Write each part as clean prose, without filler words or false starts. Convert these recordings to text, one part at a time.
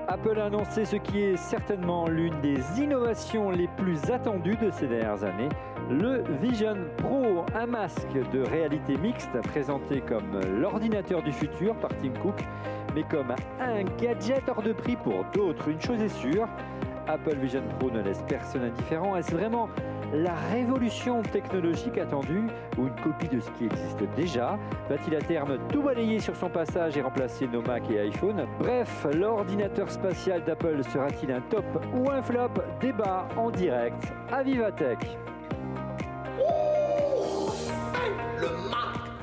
Apple a annoncé ce qui est certainement l'une des innovations les plus attendues de ces dernières années, le Vision Pro, un masque de réalité mixte présenté comme l'ordinateur du futur par Tim Cook, mais comme un gadget hors de prix pour d'autres. Une chose est sûre, Apple Vision Pro ne laisse personne indifférent. Est-ce vraiment la révolution technologique attendue ou une copie de ce qui existe déjà? Va-t-il à terme tout balayer sur son passage et remplacer nos Mac et iPhone? Bref, l'ordinateur spatial d'Apple sera-t-il un top ou un flop? Débat en direct à Vivatech. Le Mac.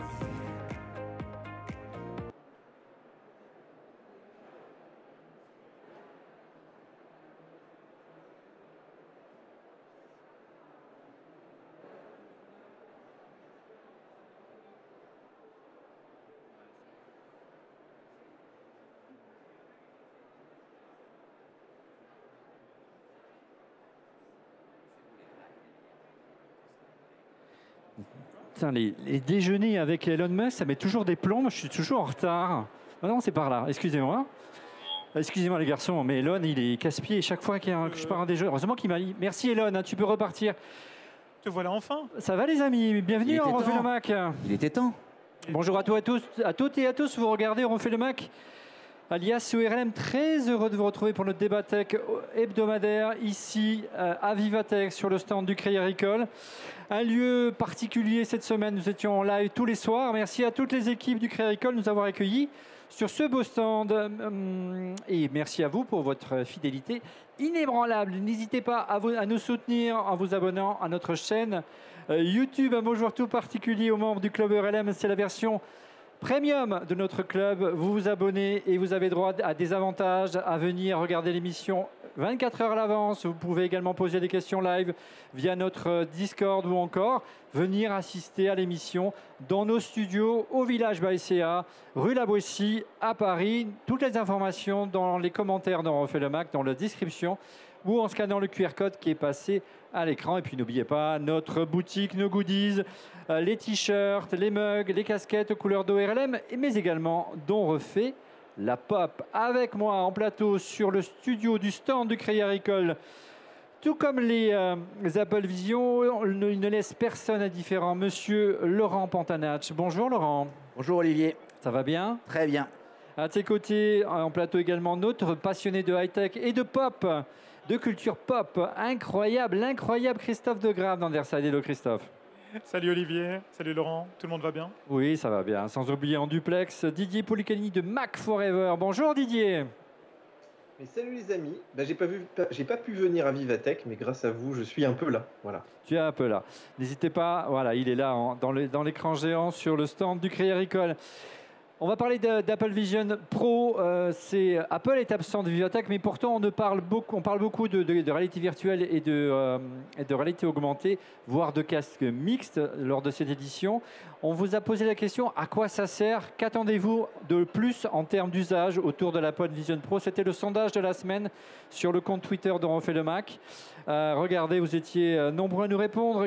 Putain, les déjeuners avec Elon Musk, ça met toujours des plombs. Je suis toujours en retard. Ah non, c'est par là. Excusez-moi. Excusez-moi les garçons, mais Elon, il est casse-pied chaque fois que je pars un déjeuner. Heureusement qu'il m'a dit « Merci Elon, hein, tu peux repartir ». Te voilà enfin. Ça va les amis? Bienvenue, on refait le Mac. Il était temps. Bonjour à toutes et à tous. Vous regardez, on refait le Mac. Alias ORLM, très heureux de vous retrouver pour notre débat tech hebdomadaire ici à Vivatech sur le stand du Crédit Agricole. Un lieu particulier cette semaine, nous étions en live tous les soirs. Merci à toutes les équipes du Crédit Agricole de nous avoir accueillis sur ce beau stand. Et merci à vous pour votre fidélité inébranlable. N'hésitez pas à nous soutenir en vous abonnant à notre chaîne YouTube. Un bonjour tout particulier aux membres du Club ORLM, c'est la version Premium de notre club. Vous vous abonnez et vous avez droit à des avantages, à venir regarder l'émission 24 heures à l'avance. Vous pouvez également poser des questions live via notre Discord ou encore venir assister à l'émission dans nos studios au Village Baïséa, rue La Boétie à Paris. Toutes les informations dans les commentaires d'On refait le Mac, dans la description ou en scannant le QR code qui est passé à l'écran. Et puis n'oubliez pas notre boutique, nos goodies, les t-shirts, les mugs, les casquettes aux couleurs d'ORLM, mais également d'On refait la pop. Avec moi en plateau sur le studio du stand du Crédit Agricole, tout comme les Apple Vision, il ne laisse personne indifférent. Monsieur Laurent Pantanach. Bonjour Laurent. Bonjour Olivier. Ça va bien? Très bien. À tes côtés, en plateau également, notre passionné de high-tech et de pop, de culture pop. Incroyable, l'incroyable Christophe Degrave d'Anderside. Hello Christophe. Salut Olivier, salut Laurent, tout le monde va bien? Oui, ça va bien. Sans oublier en duplex, Didier Policani de Mac Forever. Bonjour Didier. Mais salut les amis, j'ai pas pu venir à Vivatech, mais grâce à vous, je suis un peu là. Voilà. Tu es un peu là. N'hésitez pas, voilà, il est là dans l'écran géant sur le stand du Crédit Agricole. On va parler d'Apple Vision Pro. Apple est absent de Vivatech, mais pourtant on parle beaucoup de réalité virtuelle et de réalité augmentée, voire de casques mixtes lors de cette édition. On vous a posé la question, à quoi ça sert? Qu'attendez-vous de plus en termes d'usage autour de l'Apple Vision Pro? C'était le sondage de la semaine sur le compte Twitter d'On refait le Mac. Regardez, vous étiez nombreux à nous répondre,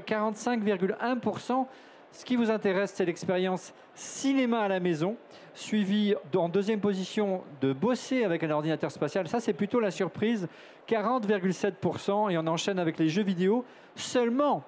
45,1%. Ce qui vous intéresse, c'est l'expérience cinéma à la maison, suivi en deuxième position de bosser avec un ordinateur spatial. Ça, c'est plutôt la surprise, 40,7%. Et on enchaîne avec les jeux vidéo, seulement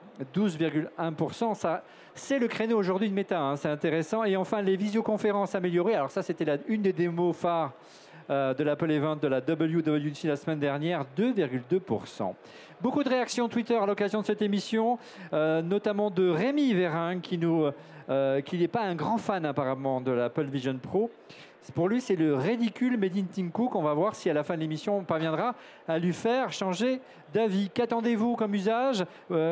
12,1%. Ça, c'est le créneau aujourd'hui de Meta, hein, c'est intéressant. Et enfin, les visioconférences améliorées. Alors ça, c'était une des démos phares de l'Apple Event de la WWDC la semaine dernière, 2,2%. Beaucoup de réactions Twitter à l'occasion de cette émission, notamment de Rémi Vérin, qui n'est pas un grand fan apparemment de l'Apple Vision Pro. Pour lui, c'est le ridicule made in Tim Cook. On va voir si à la fin de l'émission, on parviendra à lui faire changer d'avis. Qu'attendez-vous comme usage?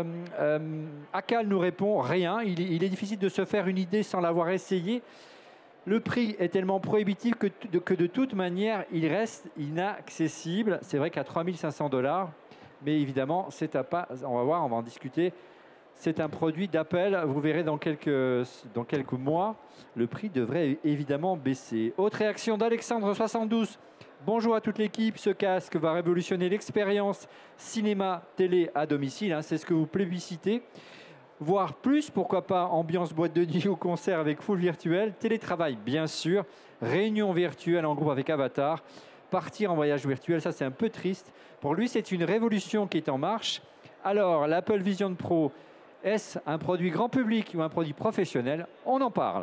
Akal nous répond rien. Il est difficile de se faire une idée sans l'avoir essayé. Le prix est tellement prohibitif que de toute manière, il reste inaccessible. C'est vrai qu'à 3 500 $, mais évidemment, on va voir, on va en discuter. C'est un produit d'Apple. Vous verrez dans quelques mois, le prix devrait évidemment baisser. Autre réaction d'Alexandre72. Bonjour à toute l'équipe. Ce casque va révolutionner l'expérience cinéma-télé à domicile. Hein, c'est ce que vous plébiscitez. Voire plus, pourquoi pas, ambiance boîte de nuit ou concert avec full virtuel, télétravail bien sûr, réunion virtuelle en groupe avec Avatar, partir en voyage virtuel. Ça, c'est un peu triste. Pour lui, c'est une révolution qui est en marche. Alors, l'Apple Vision Pro, est-ce un produit grand public ou un produit professionnel? On en parle.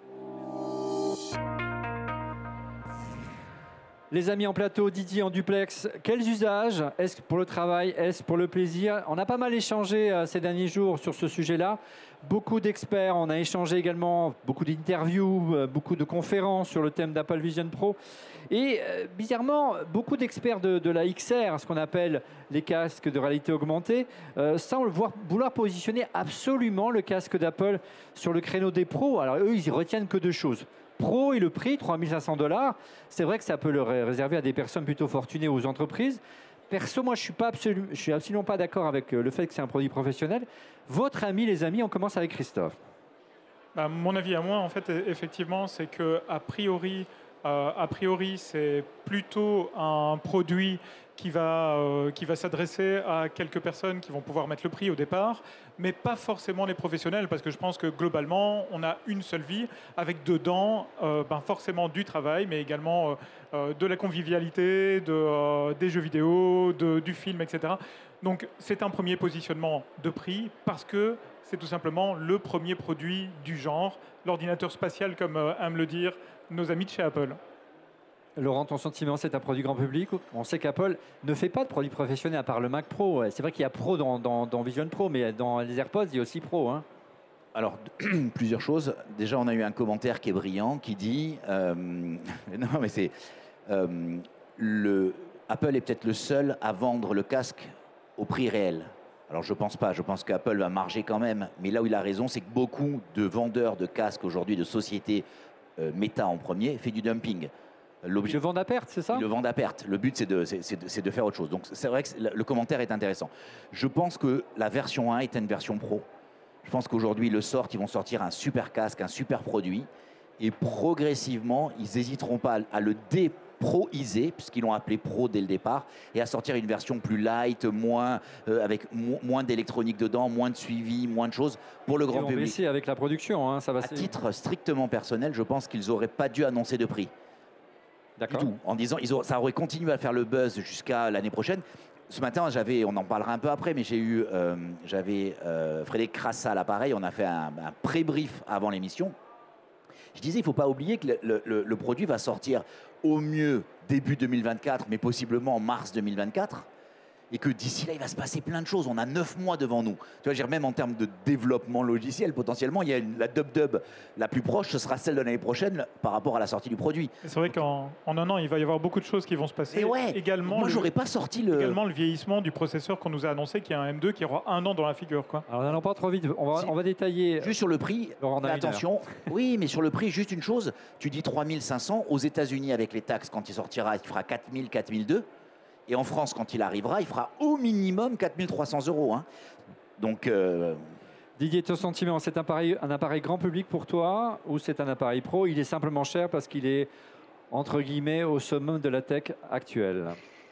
Les amis en plateau, Didier en duplex, quels usages? Est-ce pour le travail? Est-ce pour le plaisir? On a pas mal échangé ces derniers jours sur ce sujet-là. Beaucoup d'experts, on a échangé également beaucoup d'interviews, beaucoup de conférences sur le thème d'Apple Vision Pro. Et bizarrement, beaucoup d'experts de la XR, ce qu'on appelle les casques de réalité augmentée, semblent vouloir positionner absolument le casque d'Apple sur le créneau des pros. Alors eux, ils y retiennent que deux choses. Pro et le prix, 3 500 $. C'est vrai que ça peut le réserver à des personnes plutôt fortunées ou aux entreprises. Perso, moi, je suis absolument pas d'accord avec le fait que c'est un produit professionnel. Votre avis, les amis, on commence avec Christophe. Mon avis à moi, en fait, effectivement, c'est que a priori, c'est plutôt un produit qui va s'adresser à quelques personnes qui vont pouvoir mettre le prix au départ, mais pas forcément les professionnels, parce que je pense que globalement, on a une seule vie, avec dedans forcément du travail, mais également de la convivialité, des jeux vidéo, du film, etc. Donc c'est un premier positionnement de prix, parce que c'est tout simplement le premier produit du genre, l'ordinateur spatial, comme aiment le dire nos amis de chez Apple. Laurent, ton sentiment, c'est un produit grand public? On sait qu'Apple ne fait pas de produits professionnels à part le Mac Pro. C'est vrai qu'il y a Pro dans Vision Pro, mais dans les AirPods, il y a aussi Pro. Hein. Alors, plusieurs choses. Déjà, on a eu un commentaire qui est brillant, qui dit... non, mais c'est... Apple est peut-être le seul à vendre le casque au prix réel. Alors, je ne pense pas. Je pense qu'Apple va marger quand même. Mais là où il a raison, c'est que beaucoup de vendeurs de casques aujourd'hui, de sociétés, Meta en premier, fait du dumping. Ils le vendent à perte, c'est ça? Ils le vendent à perte. Le but, c'est de faire autre chose. Donc, c'est vrai que le commentaire est intéressant. Je pense que la version 1 est une version pro. Je pense qu'aujourd'hui, ils vont sortir un super casque, un super produit. Et progressivement, ils n'hésiteront pas à le déproiser, puisqu'ils l'ont appelé pro dès le départ, et à sortir une version plus light, avec moins d'électronique dedans, moins de suivi, moins de choses pour le grand public. Ils vont baisser avec la production. Hein, ça va à titre strictement personnel, je pense qu'ils n'auraient pas dû annoncer de prix. D'accord. Du tout, en disant ça aurait continué à faire le buzz jusqu'à l'année prochaine. Ce matin, on en parlera un peu après, mais j'avais Frédéric Crassa à l'appareil. On a fait un pré-brief avant l'émission. Je disais, il ne faut pas oublier que le produit va sortir au mieux début 2024, mais possiblement en mars 2024. Et que d'ici là, il va se passer plein de choses. On a 9 mois devant nous. Tu vois, même en termes de développement logiciel, potentiellement, il y a la dub la plus proche, ce sera celle de l'année prochaine par rapport à la sortie du produit. C'est vrai qu'en un an, il va y avoir beaucoup de choses qui vont se passer. Et ouais, également, moi, j'aurais pas sorti également le vieillissement du processeur qu'on nous a annoncé, qui est un M2 qui aura 1 an dans la figure. Quoi. Alors, n'allons pas trop vite. On va détailler. Juste sur le prix, attention. Oui, mais sur le prix, juste une chose. Tu dis 3 500. Aux États-Unis, avec les taxes, quand il sortira, il fera 4 000, 4 200. Et en France, quand il arrivera, il fera au minimum 4 300 €. Hein. Donc, Didier, ton sentiment, c'est un appareil grand public pour toi ou c'est un appareil pro? Il est simplement cher parce qu'il est, entre guillemets, au summum de la tech actuelle.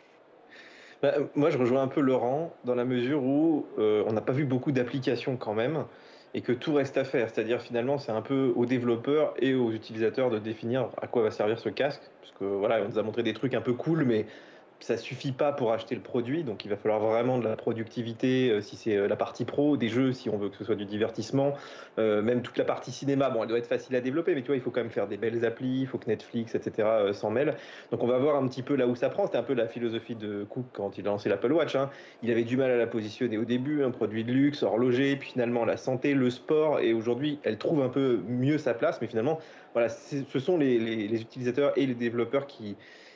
Moi, je rejoins un peu Laurent dans la mesure où on n'a pas vu beaucoup d'applications quand même et que tout reste à faire. C'est-à-dire, finalement, c'est un peu aux développeurs et aux utilisateurs de définir à quoi va servir ce casque. Parce que voilà, on nous a montré des trucs un peu cool, mais ça suffit pas pour acheter le produit, donc il va falloir vraiment de la productivité, si c'est la partie pro, des jeux, si on veut que ce soit du divertissement, même toute la partie cinéma, bon, elle doit être facile à développer, mais tu vois, il faut quand même faire des belles applis, il faut que Netflix, etc. S'en mêle. Donc on va voir un petit peu là où ça prend. C'était un peu la philosophie de Cook quand il a lancé l'Apple Watch. Hein. Il avait du mal à la positionner au début, un produit de luxe, horloger, puis finalement la santé, le sport, et aujourd'hui, elle trouve un peu mieux sa place, mais finalement, voilà, ce sont les utilisateurs et les développeurs qui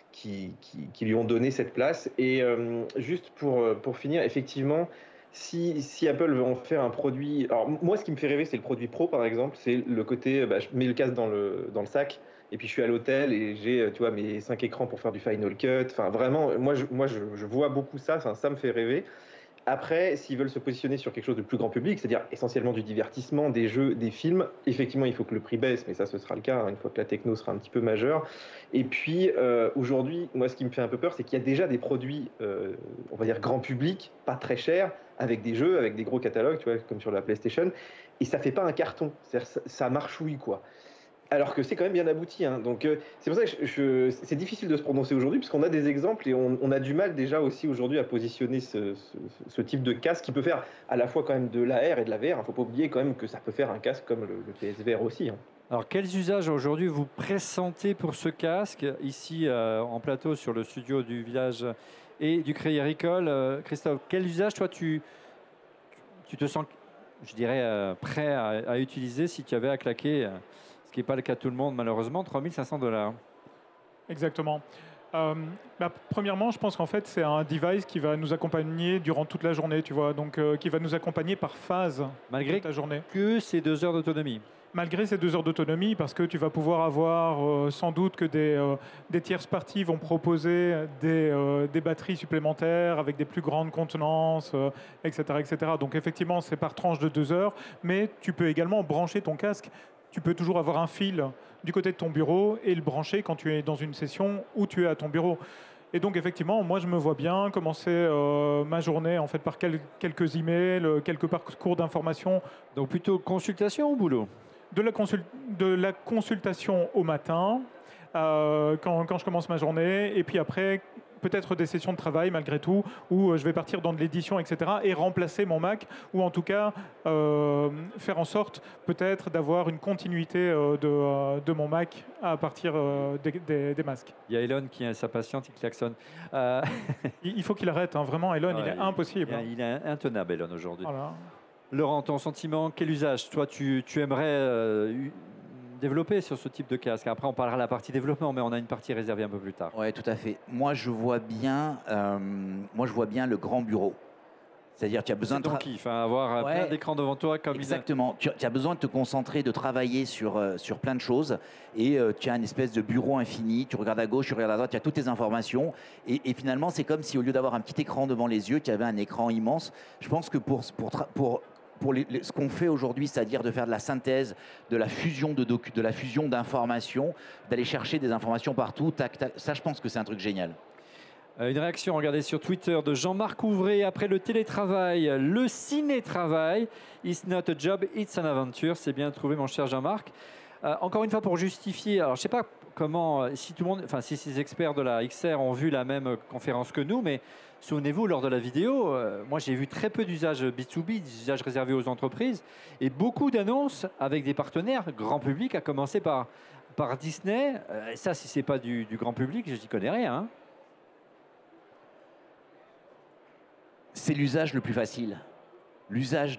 lui ont donné cette place. Et juste pour finir, effectivement, si Apple veut en faire un produit... Alors moi, ce qui me fait rêver, c'est le produit pro, par exemple. C'est le côté, je mets le casque dans le sac, et puis je suis à l'hôtel, et j'ai mes 5 écrans pour faire du Final Cut. Enfin, vraiment, moi, je vois beaucoup ça, ça me fait rêver. Après, s'ils veulent se positionner sur quelque chose de plus grand public, c'est-à-dire essentiellement du divertissement, des jeux, des films, effectivement, il faut que le prix baisse, mais ça, ce sera le cas une fois que la techno sera un petit peu majeure. Et puis, aujourd'hui, moi, ce qui me fait un peu peur, c'est qu'il y a déjà des produits, on va dire grand public, pas très chers, avec des jeux, avec des gros catalogues, tu vois, comme sur la PlayStation, et ça fait pas un carton, c'est-à-dire ça marchouille, quoi. alors que c'est quand même bien abouti, hein. Donc c'est pour ça que c'est difficile de se prononcer aujourd'hui, parce qu'on a des exemples et on a du mal déjà aussi aujourd'hui à positionner ce type de casque qui peut faire à la fois quand même de l'AR et de la VR. Il ne faut pas oublier quand même que ça peut faire un casque comme le PSVR aussi, hein. Alors, quels usages aujourd'hui vous pressentez pour ce casque ici en plateau sur le studio du village et du Crédit Agricole? Christophe, quel usage toi tu te sens, je dirais, prêt à utiliser si tu avais à claquer, ce qui n'est pas le cas de tout le monde malheureusement, 3 500 $? Exactement. Premièrement, je pense qu'en fait, c'est un device qui va nous accompagner durant toute la journée, tu vois, donc qui va nous accompagner par phase Malgré toute la journée. que ces 2 heures d'autonomie. Malgré ces 2 heures d'autonomie, parce que tu vas pouvoir avoir sans doute que des tierces parties vont proposer des batteries supplémentaires avec des plus grandes contenances, etc., etc. Donc effectivement, c'est par tranche de 2 heures, mais tu peux également brancher ton casque. Tu peux toujours avoir un fil du côté de ton bureau et le brancher quand tu es dans une session où tu es à ton bureau. Et donc effectivement, moi je me vois bien commencer ma journée en fait par quelques emails, quelques parcours d'informations. Donc plutôt consultation ou boulot? De la consultation au matin, quand je commence ma journée, et puis après, peut-être des sessions de travail malgré tout, où je vais partir dans de l'édition, etc., et remplacer mon Mac, ou en tout cas faire en sorte peut-être d'avoir une continuité de mon Mac à partir des masques. Il y a Elon qui a sa patiente, il klaxonne. Il faut qu'il arrête, hein, vraiment, Elon, il est impossible. Il est intenable, Elon, aujourd'hui. Voilà. Laurent, ton sentiment, quel usage toi tu aimerais développer sur ce type de casque? Après, on parlera de la partie développement, mais on a une partie réservée un peu plus tard. Oui, tout à fait. Moi, je vois bien le grand bureau. C'est-à-dire, tu as besoin de ton kiff, hein, avoir plein d'écrans devant toi. Comme exactement. Tu as besoin de te concentrer, de travailler sur plein de choses. Et tu as une espèce de bureau infini. Tu regardes à gauche, tu regardes à droite, tu as toutes tes informations. Et finalement, c'est comme si au lieu d'avoir un petit écran devant les yeux, tu avais un écran immense. Je pense que pour ce qu'on fait aujourd'hui, c'est-à-dire de faire de la synthèse, de la fusion de la fusion d'informations, d'aller chercher des informations partout, ça, je pense que c'est un truc génial. Une réaction, regardez sur Twitter, de Jean-Marc Ouvray. Après le télétravail, le ciné-travail, it's not a job, it's an adventure. C'est bien trouvé, mon cher Jean-Marc. Encore une fois, pour justifier, alors je ne sais pas comment, si ces experts de la XR ont vu la même conférence que nous, mais souvenez-vous, lors de la vidéo, moi j'ai vu très peu d'usages B2B, d'usages réservés aux entreprises, et beaucoup d'annonces avec des partenaires grand public, à commencer par Disney. Ça, si ce n'est pas du grand public, je n'y connais rien, hein. C'est l'usage le plus facile. L'usage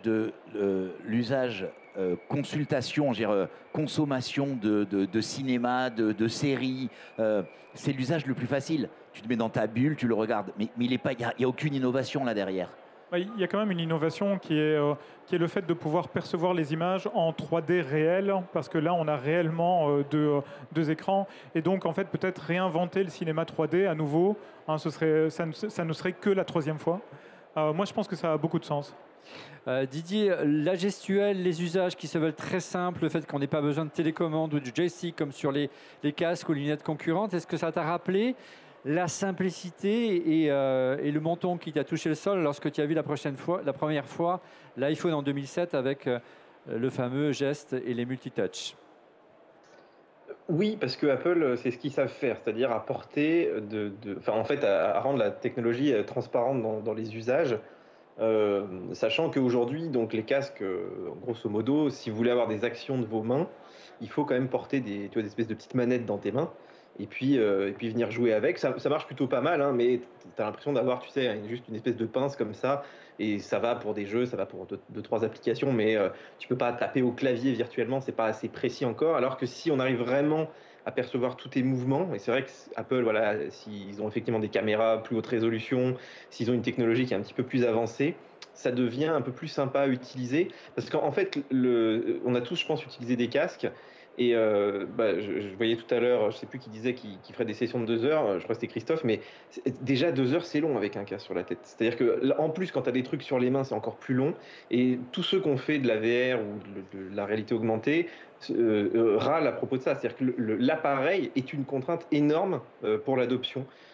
consultation, consommation de cinéma, de séries, c'est l'usage le plus facile. Tu te mets dans ta bulle, tu le regardes, mais il n'y a aucune innovation là derrière. Il y a quand même une innovation qui est le fait de pouvoir percevoir les images en 3D réel, parce que là, on a réellement deux écrans. Et donc, en fait, peut-être réinventer le cinéma 3D à nouveau, hein, ça ne serait que la 3e fois. Moi, je pense que ça a beaucoup de sens. Didier, la gestuelle, les usages qui se veulent très simples, le fait qu'on n'ait pas besoin de télécommande ou du joystick comme sur les casques ou les lunettes concurrentes, est-ce que ça t'a rappelé la simplicité et le menton qui t'a touché le sol lorsque tu as vu la première fois l'iPhone en 2007 avec le fameux geste et les multitouch? Oui, parce que Apple, c'est ce qu'ils savent faire, c'est-à-dire apporter à rendre la technologie transparente dans les usages. Sachant qu'aujourd'hui, donc les casques, grosso modo, si vous voulez avoir des actions de vos mains, il faut quand même porter des espèces de petites manettes dans tes mains et puis venir jouer avec. Ça marche plutôt pas mal, hein, mais tu as l'impression d'avoir, juste une espèce de pince comme ça, et ça va pour des jeux, ça va pour 2-3 applications, mais tu peux pas taper au clavier virtuellement, c'est pas assez précis encore. Alors que si on arrive vraiment à percevoir tous tes mouvements, et c'est vrai que Apple, voilà, s'ils ont effectivement des caméras plus haute résolution, s'ils ont une technologie qui est un petit peu plus avancée, ça devient un peu plus sympa à utiliser, parce qu'en fait, on a tous, je pense, utilisé des casques. Et je voyais tout à l'heure, je ne sais plus qui disait qu'il ferait des sessions de 2 heures, je crois que c'était Christophe, mais déjà 2 heures c'est long avec un casque sur la tête. C'est-à-dire qu'en plus, quand tu as des trucs sur les mains, c'est encore plus long. Et tous ceux qui ont fait de la VR ou de la réalité augmentée râlent à propos de ça. C'est-à-dire que l'appareil est une contrainte énorme pour l'adoption.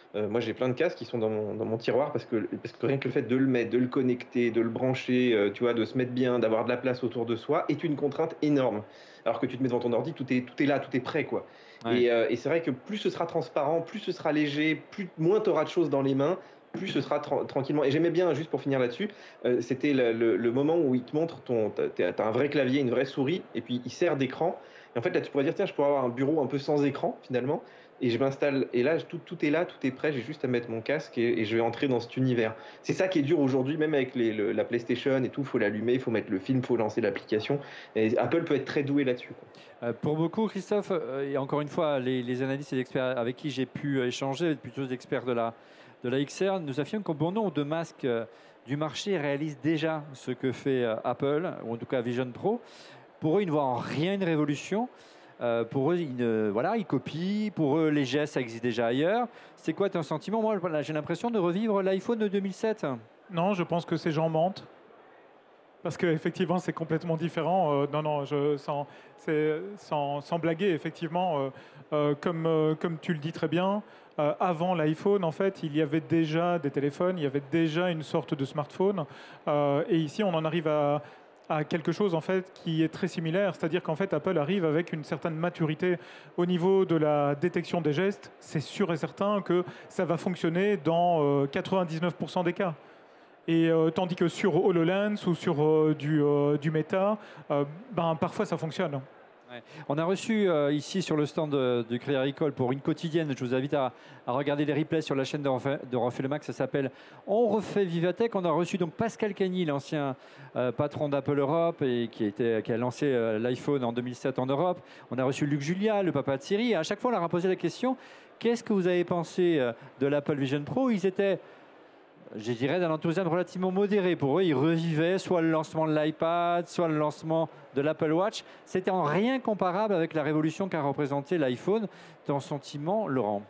Moi, j'ai plein de casques qui sont dans mon tiroir parce que rien que le fait de le mettre, de le connecter, de le brancher, tu vois, de se mettre bien, d'avoir de la place autour de soi est une contrainte énorme. Alors que tu te mets devant ton ordi, tout est là, tout est prêt, quoi. Ouais. Et c'est vrai que plus ce sera transparent, plus ce sera léger, moins tu auras de choses dans les mains, plus ce sera tranquillement. Et j'aimais bien, juste pour finir là-dessus, c'était le moment où il te montre t'as un vrai clavier, une vraie souris, et puis il sert d'écran. Et en fait, là, tu pourrais dire, tiens, je pourrais avoir un bureau un peu sans écran, finalement. Et je m'installe, et là, tout est là, tout est prêt, j'ai juste à mettre mon casque et je vais entrer dans cet univers. C'est ça qui est dur aujourd'hui, même avec la PlayStation et tout, il faut l'allumer, il faut mettre le film, il faut lancer l'application. Et Apple peut être très doué là-dessus, quoi. Pour beaucoup, Christophe, et encore une fois, les analystes et les experts avec qui j'ai pu échanger, plutôt des experts de la XR, nous affirment qu'un bon nombre de masques du marché réalisent déjà ce que fait Apple, ou en tout cas Vision Pro. Pour eux, ils ne voient en rien une révolution. Pour eux, ils copient. Pour eux, les gestes, ça existe déjà ailleurs. C'est quoi ton sentiment? Moi, voilà, j'ai l'impression de revivre l'iPhone de 2007. Non, je pense que ces gens mentent. Parce qu'effectivement, c'est complètement différent. Sans blaguer, effectivement, comme tu le dis très bien, avant l'iPhone, en fait, il y avait déjà des téléphones, il y avait déjà une sorte de smartphone. Et ici, on en arrive à quelque chose en fait qui est très similaire, c'est-à-dire qu'en fait Apple arrive avec une certaine maturité au niveau de la détection des gestes. C'est sûr et certain que ça va fonctionner dans 99% des cas. Et tandis que sur HoloLens ou sur du Meta, parfois ça fonctionne. Ouais. On a reçu ici sur le stand du Crédit Agricole pour une quotidienne. Je vous invite à regarder les replays sur la chaîne de Refait le Mac. Ça s'appelle On refait Vivatech. On a reçu donc Pascal Cagny, l'ancien patron d'Apple Europe et qui a lancé l'iPhone en 2007 en Europe. On a reçu Luc Julia, le papa de Siri. Et à chaque fois, on leur a posé la question, qu'est-ce que vous avez pensé de l'Apple Vision Pro? Ils étaient, je dirais, d'un enthousiasme relativement modéré. Pour eux, ils revivaient soit le lancement de l'iPad, soit le lancement de l'Apple Watch. C'était en rien comparable avec la révolution qu'a représenté l'iPhone. Ton sentiment, Laurent?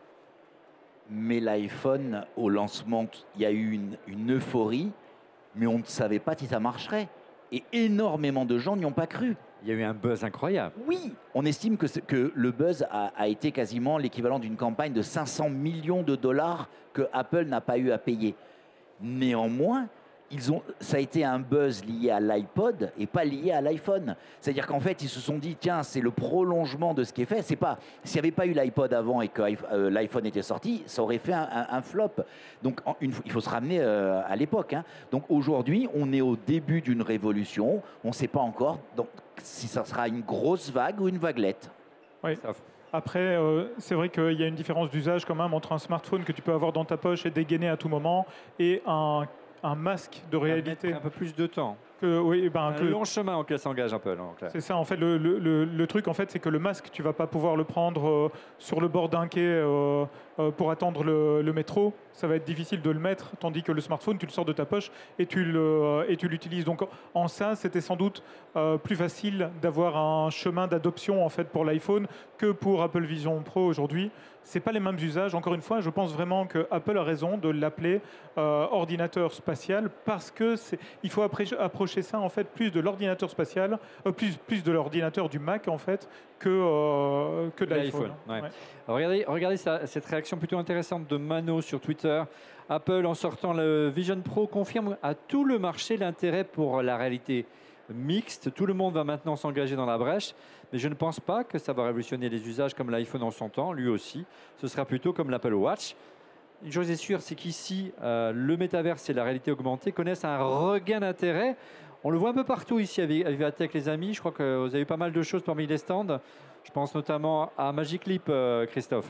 Mais l'iPhone, au lancement, il y a eu une euphorie, mais on ne savait pas si ça marcherait. Et énormément de gens n'y ont pas cru. Il y a eu un buzz incroyable. Oui, on estime que le buzz a été quasiment l'équivalent d'une campagne de 500 millions de dollars que Apple n'a pas eu à payer. Néanmoins, ça a été un buzz lié à l'iPod et pas lié à l'iPhone. C'est-à-dire qu'en fait, ils se sont dit, tiens, c'est le prolongement de ce qui est fait. C'est pas, s'il n'y avait pas eu l'iPod avant et que l'iPhone était sorti, ça aurait fait un flop. Donc, il faut se ramener à l'époque. Hein. Donc, aujourd'hui, on est au début d'une révolution. On ne sait pas encore si ça sera une grosse vague ou une vaguelette. Oui. Après, c'est vrai qu'il y a une différence d'usage quand même entre un smartphone que tu peux avoir dans ta poche et dégainer à tout moment et un masque de réalité. Un peu plus de temps. Un long chemin auquel s'engage Apple. C'est ça, en fait, le truc, en fait, c'est que le masque, tu vas pas pouvoir le prendre sur le bord d'un quai pour attendre le métro. Ça va être difficile de le mettre, tandis que le smartphone, tu le sors de ta poche et tu l'utilises. Donc, en ça, c'était sans doute plus facile d'avoir un chemin d'adoption, en fait, pour l'iPhone que pour Apple Vision Pro aujourd'hui. C'est pas les mêmes usages. Encore une fois, je pense vraiment que Apple a raison de l'appeler ordinateur spatial parce que il faut approcher ça en fait plus de l'ordinateur spatial, plus de l'ordinateur du Mac en fait que de l'iPhone. Ouais. Ouais. Regardez cette réaction plutôt intéressante de Mano sur Twitter. Apple, en sortant le Vision Pro, confirme à tout le marché l'intérêt pour la réalité mixte. Tout le monde va maintenant s'engager dans la brèche. Mais je ne pense pas que ça va révolutionner les usages comme l'iPhone en son temps, lui aussi. Ce sera plutôt comme l'Apple Watch. Une chose est sûre, c'est qu'ici, le métaverse et la réalité augmentée connaissent un regain d'intérêt. On le voit un peu partout ici à Vivatech, les amis. Je crois que vous avez eu pas mal de choses parmi les stands. Je pense notamment à Magic Leap, Christophe.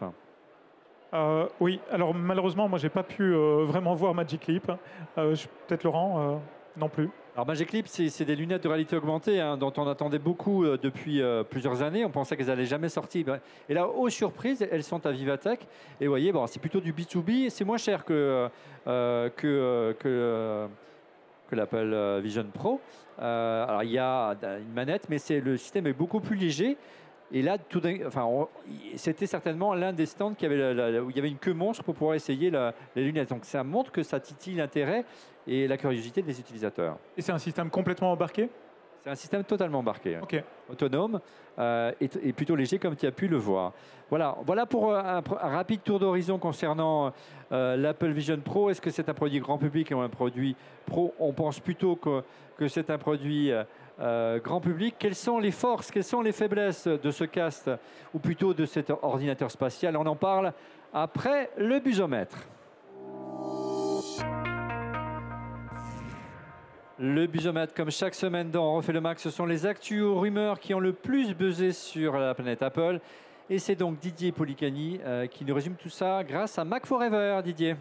Oui, alors malheureusement, moi, j'ai pas pu vraiment voir Magic Leap. Peut-être Laurent non plus. Alors Magic Leap, c'est des lunettes de réalité augmentée dont on attendait beaucoup depuis plusieurs années. On pensait qu'elles n'allaient jamais sortir. Et là, aux surprises, elles sont à Vivatech. Et vous voyez, c'est plutôt du B2B. C'est moins cher que l'Apple Vision Pro. Alors il y a une manette, mais le système est beaucoup plus léger. Et là, c'était certainement l'un des stands où il y avait une queue monstre pour pouvoir essayer les lunettes. Donc ça montre que ça titille l'intérêt et la curiosité des utilisateurs. Et c'est un système complètement embarqué ? C'est un système totalement embarqué, Ok. autonome et plutôt léger comme tu as pu le voir. Voilà pour un rapide tour d'horizon concernant l'Apple Vision Pro. Est-ce que c'est un produit grand public ou un produit pro? On pense plutôt que c'est un produit grand public. Quelles sont les forces, quelles sont les faiblesses de ce casque ou plutôt de cet ordinateur spatial? On en parle après le busomètre. Le busomètre, comme chaque semaine dans On refait le Mac, ce sont les actus ou rumeurs qui ont le plus buzzé sur la planète Apple. Et c'est donc Didier Policani qui nous résume tout ça grâce à Mac Forever. Didier.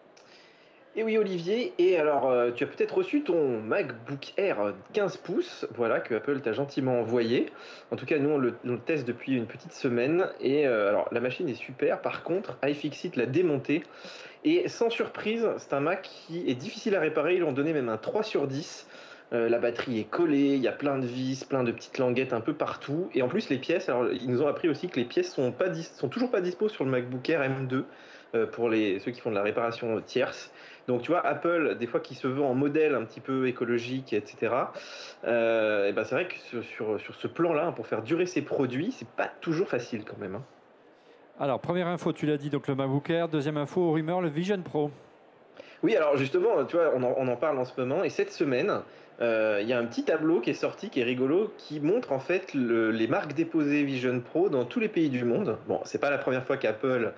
Et oui Olivier, et alors tu as peut-être reçu ton MacBook Air 15 pouces, voilà, que Apple t'a gentiment envoyé. En tout cas nous on le teste depuis une petite semaine, et alors la machine est super, par contre iFixit l'a démonté, et sans surprise c'est un Mac qui est difficile à réparer, ils lui ont donné même un 3 sur 10. La batterie est collée, il y a plein de vis, plein de petites languettes un peu partout, et en plus les pièces, alors ils nous ont appris aussi que les pièces sont toujours pas dispo sur le MacBook Air M2 pour ceux qui font de la réparation tierce. Donc tu vois, Apple, des fois qui se veut en modèle un petit peu écologique, etc. Et ben c'est vrai que sur ce plan-là, pour faire durer ses produits, c'est pas toujours facile quand même. Alors, première info, tu l'as dit, donc le MacBook Air. Deuxième info, rumeur, le Vision Pro. Oui, alors justement, tu vois, on en parle en ce moment, et cette semaine, il y a un petit tableau qui est sorti, qui est rigolo, qui montre en fait les marques déposées Vision Pro dans tous les pays du monde. Bon, c'est pas la première fois qu'Apple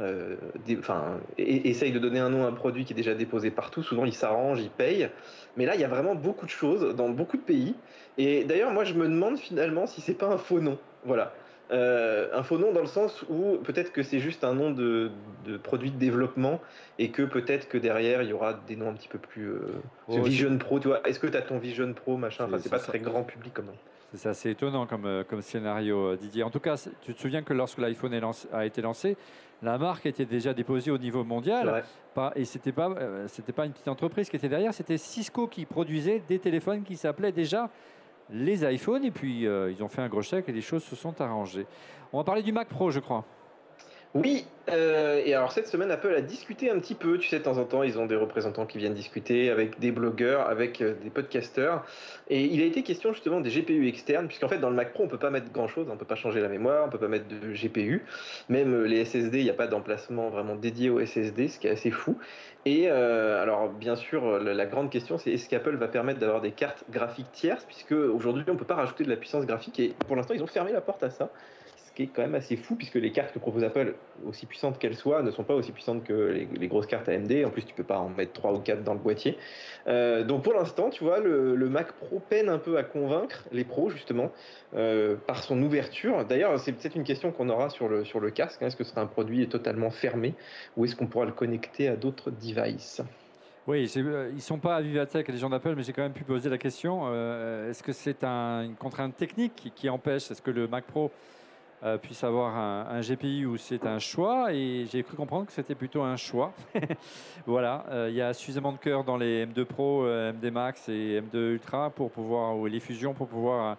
essaye de donner un nom à un produit qui est déjà déposé partout. Souvent, ils s'arrangent, ils payent. Mais là, il y a vraiment beaucoup de choses dans beaucoup de pays. Et d'ailleurs, moi, je me demande finalement si c'est pas un faux nom. Voilà. Un faux nom dans le sens où peut-être que c'est juste un nom de produit de développement et que peut-être que derrière, il y aura des noms un petit peu plus... Vision Pro, tu vois. Est-ce que tu as ton Vision Pro, machin? Enfin, c'est pas très grand public comme nom. C'est assez étonnant comme scénario, Didier. En tout cas, tu te souviens que lorsque l'iPhone a été lancé, la marque était déjà déposée au niveau mondial. Et c'était pas une petite entreprise qui était derrière, c'était Cisco qui produisait des téléphones qui s'appelaient déjà les iPhones. Et puis, ils ont fait un gros chèque et les choses se sont arrangées. On va parler du Mac Pro, je crois. Oui, et alors cette semaine, Apple a discuté un petit peu. Tu sais, de temps en temps, ils ont des représentants qui viennent discuter avec des blogueurs, avec des podcasteurs. Et il a été question justement des GPU externes, puisqu'en fait, dans le Mac Pro, on peut pas mettre grand-chose. On peut pas changer la mémoire, on peut pas mettre de GPU. Même les SSD, il n'y a pas d'emplacement vraiment dédié aux SSD, ce qui est assez fou. Et alors, bien sûr, la grande question, c'est est-ce qu'Apple va permettre d'avoir des cartes graphiques tierces, puisque aujourd'hui, on peut pas rajouter de la puissance graphique. Et pour l'instant, ils ont fermé la porte à ça. Ce qui est quand même assez fou, puisque les cartes que propose Apple, aussi puissantes qu'elles soient, ne sont pas aussi puissantes que les grosses cartes AMD. En plus, tu peux pas en mettre 3 ou 4 dans le boîtier. Donc pour l'instant, tu vois, le Mac Pro peine un peu à convaincre les pros, justement, par son ouverture. D'ailleurs, c'est peut-être une question qu'on aura sur le casque. Est-ce que ce sera un produit totalement fermé, ou est-ce qu'on pourra le connecter à d'autres devices? Oui, ils ne sont pas à Vivatech, les gens d'Apple, mais j'ai quand même pu poser la question. Est-ce que c'est une contrainte technique qui empêche? Est-ce que le Mac Pro puisse avoir un GPU ou c'est un choix? Et j'ai cru comprendre que c'était plutôt un choix. Voilà, il y a suffisamment de cœur dans les M2 Pro, MD Max et M2 Ultra ou les fusions pour pouvoir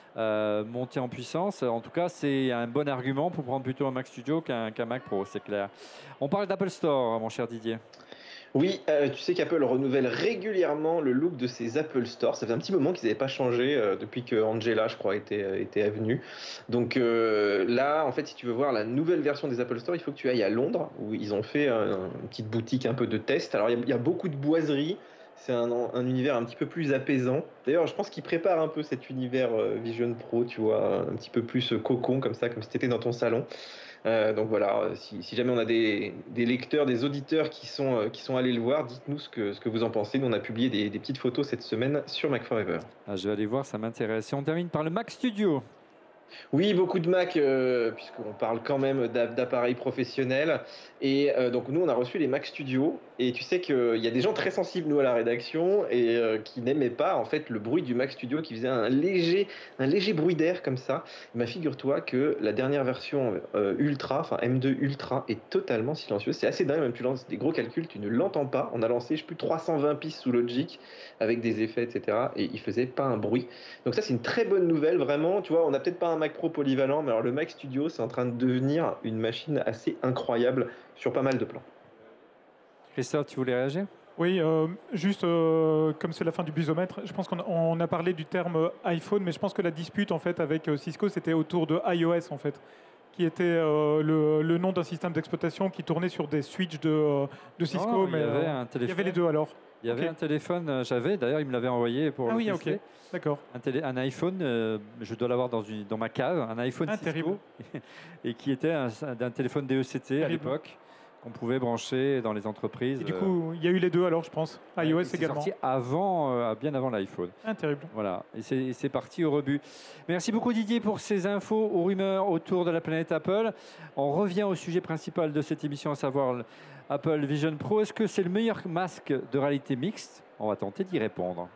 monter en puissance. En tout cas, c'est un bon argument pour prendre plutôt un Mac Studio qu'un Mac Pro, c'est clair. On parle d'Apple Store, mon cher Didier. Oui, tu sais qu'Apple renouvelle régulièrement le look de ses Apple Store. Ça fait un petit moment qu'ils n'avaient pas changé depuis que Angela, je crois, était venue. Donc là, en fait, si tu veux voir la nouvelle version des Apple Store, il faut que tu ailles à Londres, où ils ont fait une petite boutique un peu de test. Alors, il y a beaucoup de boiseries. C'est un univers un petit peu plus apaisant. D'ailleurs, je pense qu'ils préparent un peu cet univers Vision Pro, tu vois, un petit peu plus cocon, comme ça, comme si tu étais dans ton salon. Donc voilà, si jamais on a des lecteurs, des auditeurs qui sont allés le voir, dites-nous ce que vous en pensez. Nous, on a publié des petites photos cette semaine sur Mac Forever. Je vais aller voir, ça m'intéresse. Et on termine par le Mac Studio. Oui, beaucoup de Mac, puisqu'on parle quand même d'appareils professionnels. Et donc nous, on a reçu les Mac Studio. Et tu sais qu'il y a des gens très sensibles, nous, à la rédaction, et qui n'aimaient pas, en fait, le bruit du Mac Studio, qui faisait un léger bruit d'air comme ça. Mais figure-toi que la dernière version Ultra, enfin M2 Ultra, est totalement silencieuse. C'est assez dingue, même tu lances des gros calculs, tu ne l'entends pas. On a lancé, je sais plus, 320 pistes sous Logic, avec des effets, etc. Et il faisait pas un bruit. Donc ça, c'est une très bonne nouvelle, vraiment. Tu vois, on n'a peut-être pas un Mac Pro polyvalent, mais alors le Mac Studio, c'est en train de devenir une machine assez incroyable sur pas mal de plans. Christophe, tu voulais réagir? Oui, juste comme c'est la fin du busomètre, je pense qu'on a parlé du terme iPhone, mais je pense que la dispute en fait avec Cisco, c'était autour de iOS en fait, qui était le nom d'un système d'exploitation qui tournait sur des switches de Cisco. Non, mais il y avait un il y téléphone. avait les deux alors. Il y avait Ok. un téléphone, j'avais, d'ailleurs, il me l'avait envoyé pour Ah le oui, tester. ok, d'accord. Un iPhone, je dois l'avoir dans ma cave, un iPhone Ah, Cisco, terrible. et qui était d'un téléphone DECT à Terrible. l'époque, qu'on pouvait brancher dans les entreprises. Et du coup, il y a eu les deux alors, je pense. iOS c'est également. sorti bien avant l'iPhone. Ah, terrible. Voilà, et c'est parti au rebut. Merci beaucoup Didier pour ces infos aux rumeurs autour de la planète Apple. On revient au sujet principal de cette émission, à savoir l'Apple Vision Pro. Est-ce que c'est le meilleur masque de réalité mixte? On va tenter d'y répondre.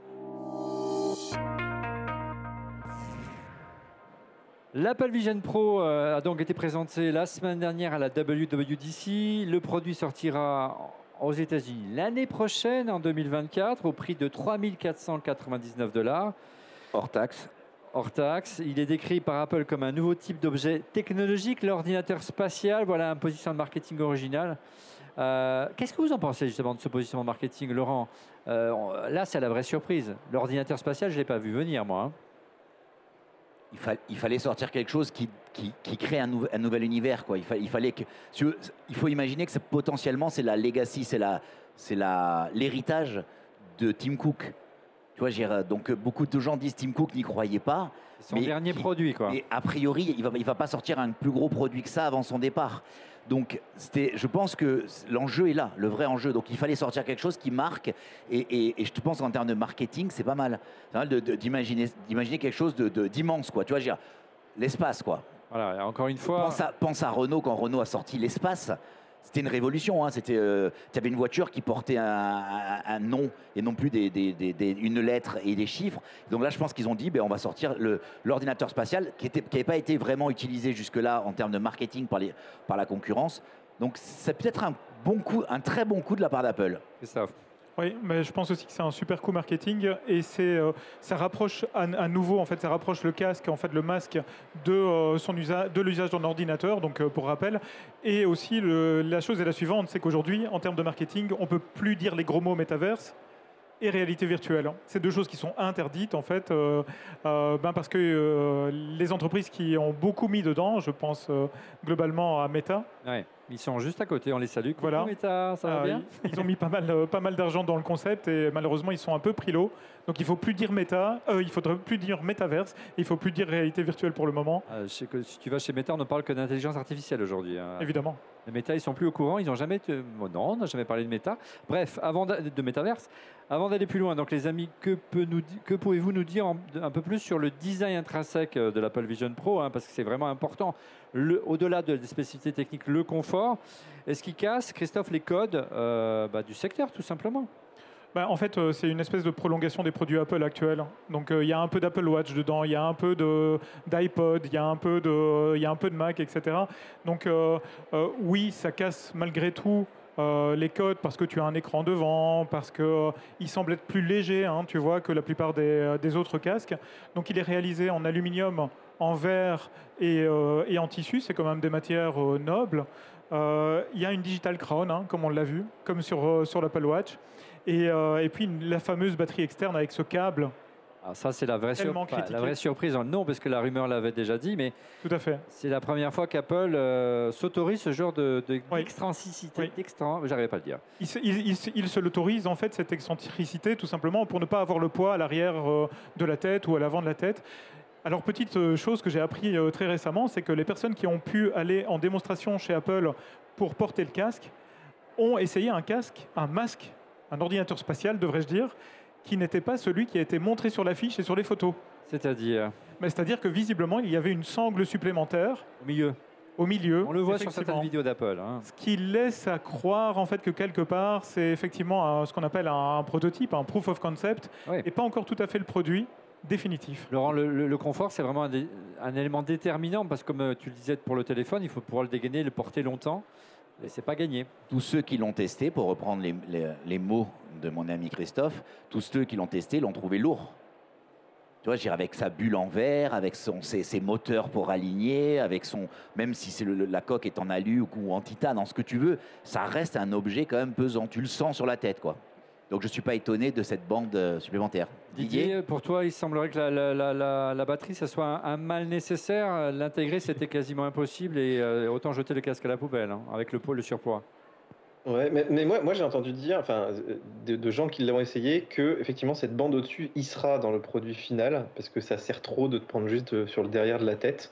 L'Apple Vision Pro a donc été présenté la semaine dernière à la WWDC. Le produit sortira aux États-Unis l'année prochaine, en 2024, au prix de 3 499 $. Hors taxe. Hors taxe. Il est décrit par Apple comme un nouveau type d'objet technologique, l'ordinateur spatial. Voilà un positionnement de marketing original. Qu'est-ce que vous en pensez justement de ce positionnement de marketing, Laurent? Là, c'est la vraie surprise. L'ordinateur spatial, je ne l'ai pas vu venir, moi. Il fallait sortir quelque chose qui crée un nouvel univers, quoi. Il fallait que, il faut imaginer que potentiellement c'est la legacy, c'est l'héritage de Tim Cook. Tu vois, donc beaucoup de gens disent Tim Cook n'y croyait pas. Son dernier produit, quoi. Et a priori, il va pas sortir un plus gros produit que ça avant son départ. Donc, je pense que l'enjeu est là, le vrai enjeu. Donc, il fallait sortir quelque chose qui marque. Et je pense qu'en termes de marketing, c'est pas mal. C'est pas mal d'imaginer quelque chose d'immense, quoi. Tu vois, je veux dire, l'espace, quoi. Voilà, et encore une fois. Pense à Renault quand Renault a sorti l'espace. C'était une révolution. Hein. Tu avais une voiture qui portait un nom et non plus une lettre et des chiffres. Donc là, je pense qu'ils ont dit, on va sortir l'ordinateur spatial qui n'avait pas été vraiment utilisé jusque-là en termes de marketing par la concurrence. Donc c'est peut-être un très bon coup de la part d'Apple. Christophe. Oui, mais je pense aussi que c'est un super coup marketing et ça rapproche à nouveau, en fait, ça rapproche le casque, en fait, le masque de l'usage d'un ordinateur, donc pour rappel. Et aussi, la chose est la suivante, c'est qu'aujourd'hui, en termes de marketing, on peut plus dire les gros mots métaverse et réalité virtuelle. C'est deux choses qui sont interdites, en fait, parce que les entreprises qui ont beaucoup mis dedans, je pense globalement à Meta. Ouais. Ils sont juste à côté, on les salue. Voilà. Coucou, Meta, ça va bien? Ils ont mis pas mal d'argent dans le concept et malheureusement ils sont un peu pris l'eau. Donc il faut plus dire Meta, il faudrait plus dire métaverse, il faut plus dire réalité virtuelle pour le moment. Je sais que si tu vas chez Meta, on ne parle que d'intelligence artificielle aujourd'hui. Hein. Évidemment. Les Meta, ils sont plus au courant, ils n'ont jamais. Non, on n'a jamais parlé de Meta. Bref, de métaverse. Avant d'aller plus loin, donc les amis, que pouvez-vous nous dire un peu plus sur le design intrinsèque de l'Apple Vision Pro, hein, parce que c'est vraiment important. Au-delà des spécificités techniques, le confort. Est-ce qu'il casse, Christophe, les codes du secteur, tout simplement? En fait, c'est une espèce de prolongation des produits Apple actuels. Donc, il y a un peu d'Apple Watch dedans, il y a un peu d'iPod, il y a un peu de Mac, etc. Donc, oui, ça casse malgré tout les codes parce que tu as un écran devant, parce qu'il semble être plus léger, hein, tu vois, que la plupart des autres casques. Donc, il est réalisé en aluminium, en verre et en tissu. C'est quand même des matières nobles. Il y a une Digital Crown, hein, comme on l'a vu, comme sur l'Apple Watch. Et puis la fameuse batterie externe avec ce câble. Ah, ça, c'est la vraie surprise. Non, parce que la rumeur l'avait déjà dit, mais tout à fait. C'est la première fois qu'Apple s'autorise ce genre d'excentricité. Oui. J'arrivais pas à le dire. Il se l'autorise, en fait, cette excentricité, tout simplement pour ne pas avoir le poids à l'arrière de la tête ou à l'avant de la tête. Alors, petite chose que j'ai appris très récemment, c'est que les personnes qui ont pu aller en démonstration chez Apple pour porter le casque ont essayé un masque, un ordinateur spatial, devrais-je dire, qui n'était pas celui qui a été montré sur l'affiche et sur les photos. C'est-à-dire C'est-à-dire que visiblement, il y avait une sangle supplémentaire. Au milieu. On le voit sur effectivement. certaines vidéos d'Apple. Hein. Ce qui laisse à croire en fait que quelque part, c'est effectivement ce qu'on appelle un prototype, un proof of concept, et pas encore tout à fait le produit définitif. Laurent, le confort, c'est vraiment un élément déterminant parce que comme tu le disais pour le téléphone, il faut pouvoir le dégainer, le porter longtemps. Et c'est pas gagné. Tous ceux qui l'ont testé, pour reprendre les mots de mon ami Christophe, tous ceux qui l'ont testé l'ont trouvé lourd. Tu vois, avec sa bulle en verre, avec ses moteurs pour aligner, avec même si la coque est en alu ou en titane, en ce que tu veux, ça reste un objet quand même pesant. Tu le sens sur la tête, quoi. Donc je ne suis pas étonné de cette bande supplémentaire. Didier, pour toi, il semblerait que la batterie, ça soit un mal nécessaire. L'intégrer, c'était quasiment impossible et autant jeter le casque à la poubelle avec le surpoids. Ouais, mais moi j'ai entendu dire, enfin, de gens qui l'ont essayé, que effectivement cette bande au-dessus y sera dans le produit final parce que ça sert trop de te prendre juste sur le derrière de la tête.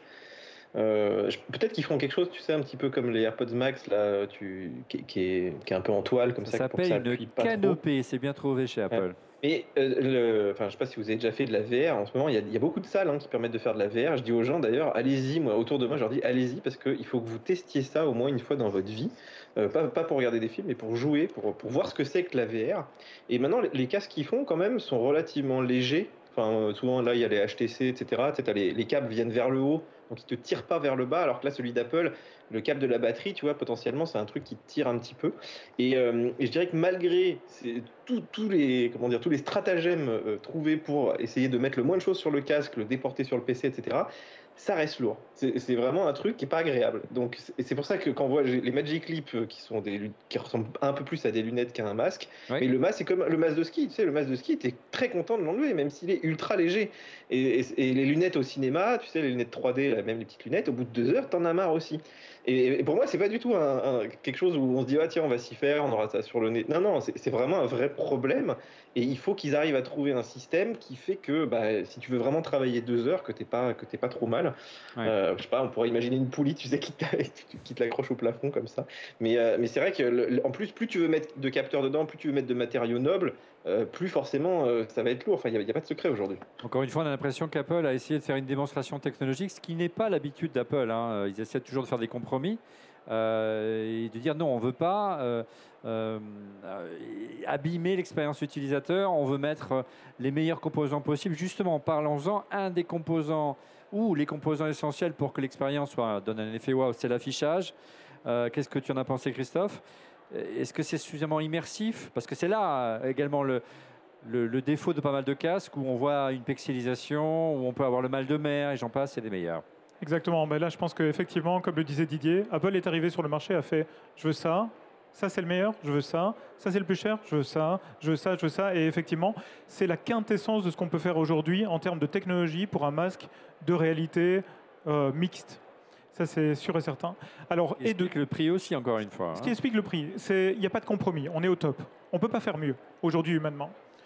Peut-être qu'ils feront quelque chose, tu sais, un petit peu comme les AirPods Max là, qui est un peu en toile comme ça. Ça s'appelle une canopée, c'est bien trouvé chez Apple. Ouais. Mais enfin, je sais pas si vous avez déjà fait de la VR. En ce moment, il y a beaucoup de salles qui permettent de faire de la VR. Je dis aux gens d'ailleurs, allez-y. Moi, autour de moi, je leur dis, allez-y parce qu'il faut que vous testiez ça au moins une fois dans votre vie. Pas pour regarder des films, mais pour jouer, pour voir ce que c'est que la VR. Et maintenant, les casques qu'ils font quand même sont relativement légers. Enfin, souvent là, il y a les HTC, etc. Tu sais, les câbles viennent vers le haut, donc ils te tirent pas vers le bas. Alors que là, celui d'Apple, le câble de la batterie, tu vois, potentiellement, c'est un truc qui te tire un petit peu. Et je dirais que malgré tous les stratagèmes trouvés pour essayer de mettre le moins de choses sur le casque, le déporter sur le PC, etc., ça reste lourd. C'est vraiment un truc qui est pas agréable. Donc c'est pour ça que quand on voit les Magic Leap qui ressemblent un peu plus à des lunettes qu'à un masque, oui. Mais le masque c'est comme le masque de ski. Tu sais, le masque de ski, t'es très content de l'enlever, même s'il est ultra léger. Et les lunettes au cinéma, tu sais, les lunettes 3D, là, même les petites lunettes, au bout de 2 heures, t'en as marre aussi. Et pour moi, c'est pas du tout quelque chose où on se dit, ah tiens, on va s'y faire, on aura ça sur le nez. Non, c'est vraiment un vrai problème. Et il faut qu'ils arrivent à trouver un système qui fait que si tu veux vraiment travailler 2 heures, que t'es pas trop mal. Ouais. Je sais pas, on pourrait imaginer une poulie, tu sais, qui te l'accroche au plafond comme ça. Mais c'est vrai que en plus tu veux mettre de capteurs dedans, plus tu veux mettre de matériaux nobles, plus forcément ça va être lourd. Enfin, il n'y a pas de secret aujourd'hui. Encore une fois, on a l'impression qu'Apple a essayé de faire une démonstration technologique, ce qui n'est pas l'habitude d'Apple. Ils essaient toujours de faire des compromis et de dire non, on ne veut pas abîmer l'expérience utilisateur, on veut mettre les meilleurs composants possibles. Justement, parlons-en, un des composants ou les composants essentiels pour que l'expérience donne un effet wow, c'est l'affichage. Qu'est-ce que tu en as pensé, Christophe ? Est-ce que c'est suffisamment immersif ? Parce que c'est là également le défaut de pas mal de casques où on voit une pixelisation, où on peut avoir le mal de mer et j'en passe, c'est les meilleurs. Exactement. Mais là, je pense qu'effectivement, comme le disait Didier, Apple est arrivé sur le marché, a fait « je veux ça ». Ça, c'est le meilleur, je veux ça. Ça, c'est le plus cher, je veux ça, je veux ça, je veux ça. Et effectivement, c'est la quintessence de ce qu'on peut faire aujourd'hui en termes de technologie pour un masque de réalité mixte. Ça, c'est sûr et certain. Alors, explique le prix aussi, encore une fois. Ce qui explique le prix, c'est il n'y a pas de compromis. On est au top. On ne peut pas faire mieux aujourd'hui humainement.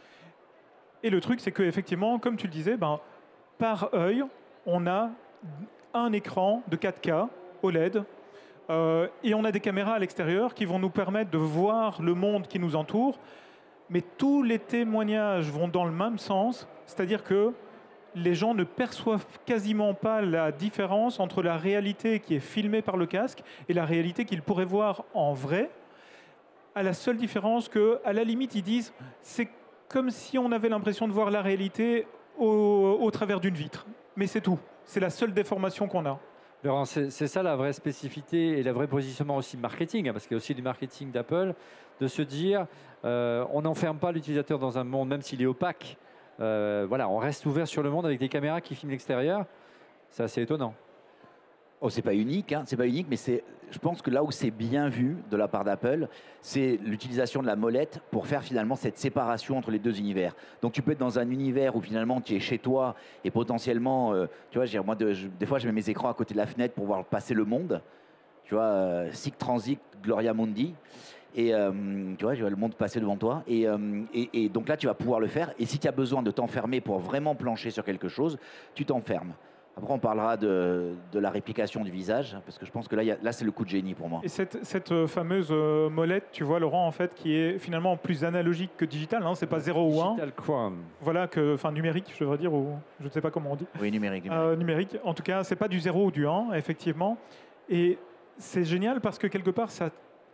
Et le truc, c'est qu'effectivement, comme tu le disais, par œil, on a un écran de 4K OLED. Et on a des caméras à l'extérieur qui vont nous permettre de voir le monde qui nous entoure. Mais tous les témoignages vont dans le même sens, c'est-à-dire que les gens ne perçoivent quasiment pas la différence entre la réalité qui est filmée par le casque et la réalité qu'ils pourraient voir en vrai, à la seule différence qu'à la limite, ils disent c'est comme si on avait l'impression de voir la réalité au travers d'une vitre. Mais c'est tout. C'est la seule déformation qu'on a. Laurent, c'est ça la vraie spécificité et le vrai positionnement aussi marketing, parce qu'il y a aussi du marketing d'Apple, de se dire on n'enferme pas l'utilisateur dans un monde, même s'il est opaque. On reste ouvert sur le monde avec des caméras qui filment l'extérieur. C'est assez étonnant. Oh, c'est pas unique, c'est pas unique, mais je pense que là où c'est bien vu de la part d'Apple, c'est l'utilisation de la molette pour faire finalement cette séparation entre les deux univers. Donc tu peux être dans un univers où finalement tu es chez toi et potentiellement, tu vois, moi des fois je mets mes écrans à côté de la fenêtre pour voir passer le monde. Tu vois, sic transit, Gloria Mundi. Et tu vois le monde passer devant toi. Et donc là, tu vas pouvoir le faire. Et si tu as besoin de t'enfermer pour vraiment plancher sur quelque chose, tu t'enfermes. Après, on parlera de la réplication du visage, parce que je pense que là c'est le coup de génie pour moi. Et cette fameuse molette, tu vois, Laurent, en fait, qui est finalement plus analogique que digitale, c'est pas 0 ou 1. Digital Quam. Voilà, numérique, je devrais dire, ou je ne sais pas comment on dit. Oui, numérique. Numérique. En tout cas, c'est pas du 0 ou du 1, effectivement. Et c'est génial parce que quelque part, ça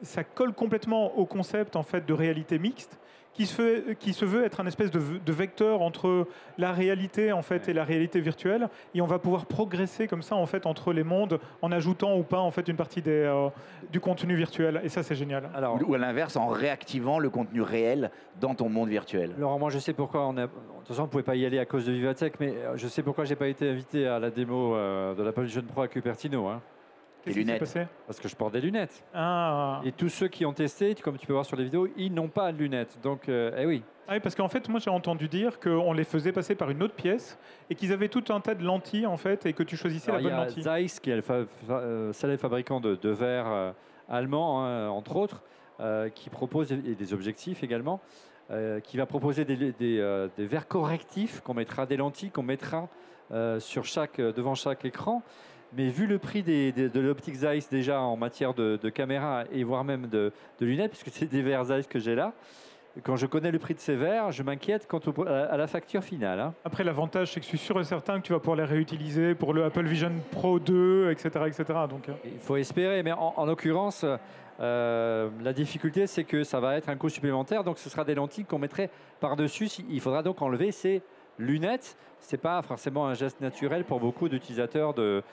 ça colle complètement au concept en fait de réalité mixte qui se veut être un espèce de vecteur entre la réalité en fait et la réalité virtuelle, et on va pouvoir progresser comme ça en fait entre les mondes en ajoutant ou pas en fait une partie du contenu virtuel, et ça c'est génial. Alors, Ou à l'inverse, en réactivant le contenu réel dans ton monde virtuel. Laurent, moi je sais pourquoi de toute façon on ne pouvait pas y aller à cause de Vivatech, mais je sais pourquoi j'ai pas été invité à la démo de l'Apple Vision Pro à Cupertino. Hein. Qu'est-ce qui s'est passé? Parce que je porte des lunettes. Ah. Et tous ceux qui ont testé, comme tu peux voir sur les vidéos, ils n'ont pas de lunettes. Donc, oui. Ah oui, parce qu'en fait, moi j'ai entendu dire qu'on les faisait passer par une autre pièce et qu'ils avaient tout un tas de lentilles en fait et que tu choisissais Alors, la bonne lentille. Il y a Zeiss, qui est le célèbre fabricant de verres allemand, hein, entre autres, qui propose, et des objectifs également, qui va proposer des verres correctifs qu'on mettra, des lentilles qu'on mettra devant chaque écran. Mais vu le prix de l'optique Zeiss déjà en matière de caméra et voire même de lunettes, puisque c'est des verres Zeiss que j'ai là, quand je connais le prix de ces verres, je m'inquiète quant à la facture finale. Hein. Après, l'avantage, c'est que je suis sûr et certain que tu vas pouvoir les réutiliser pour le Apple Vision Pro 2, etc. etc. Donc, il faut espérer, mais en l'occurrence, la difficulté, c'est que ça va être un coût supplémentaire, donc ce sera des lentilles qu'on mettrait par-dessus. Il faudra donc enlever ces lunettes. Ce n'est pas forcément un geste naturel pour beaucoup d'utilisateurs de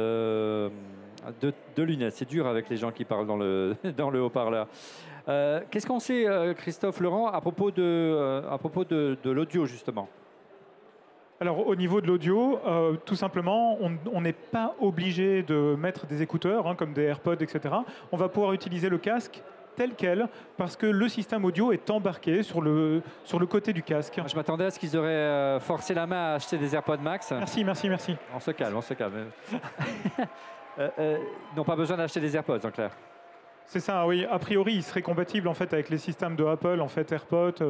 lunettes. C'est dur avec les gens qui parlent dans le haut-parleur. Qu'est-ce qu'on sait, Christophe, Laurent, à propos de l'audio, justement? Alors, au niveau de l'audio, tout simplement, on n'est pas obligé de mettre des écouteurs, hein, comme des AirPods, etc. On va pouvoir utiliser le casque tel quel, parce que le système audio est embarqué sur le côté du casque. Je m'attendais à ce qu'ils auraient forcé la main à acheter des AirPods Max. Merci. On se calme. N'ont pas besoin d'acheter des AirPods, en clair. C'est ça, oui. A priori, il serait compatible en fait avec les systèmes de Apple, en fait AirPods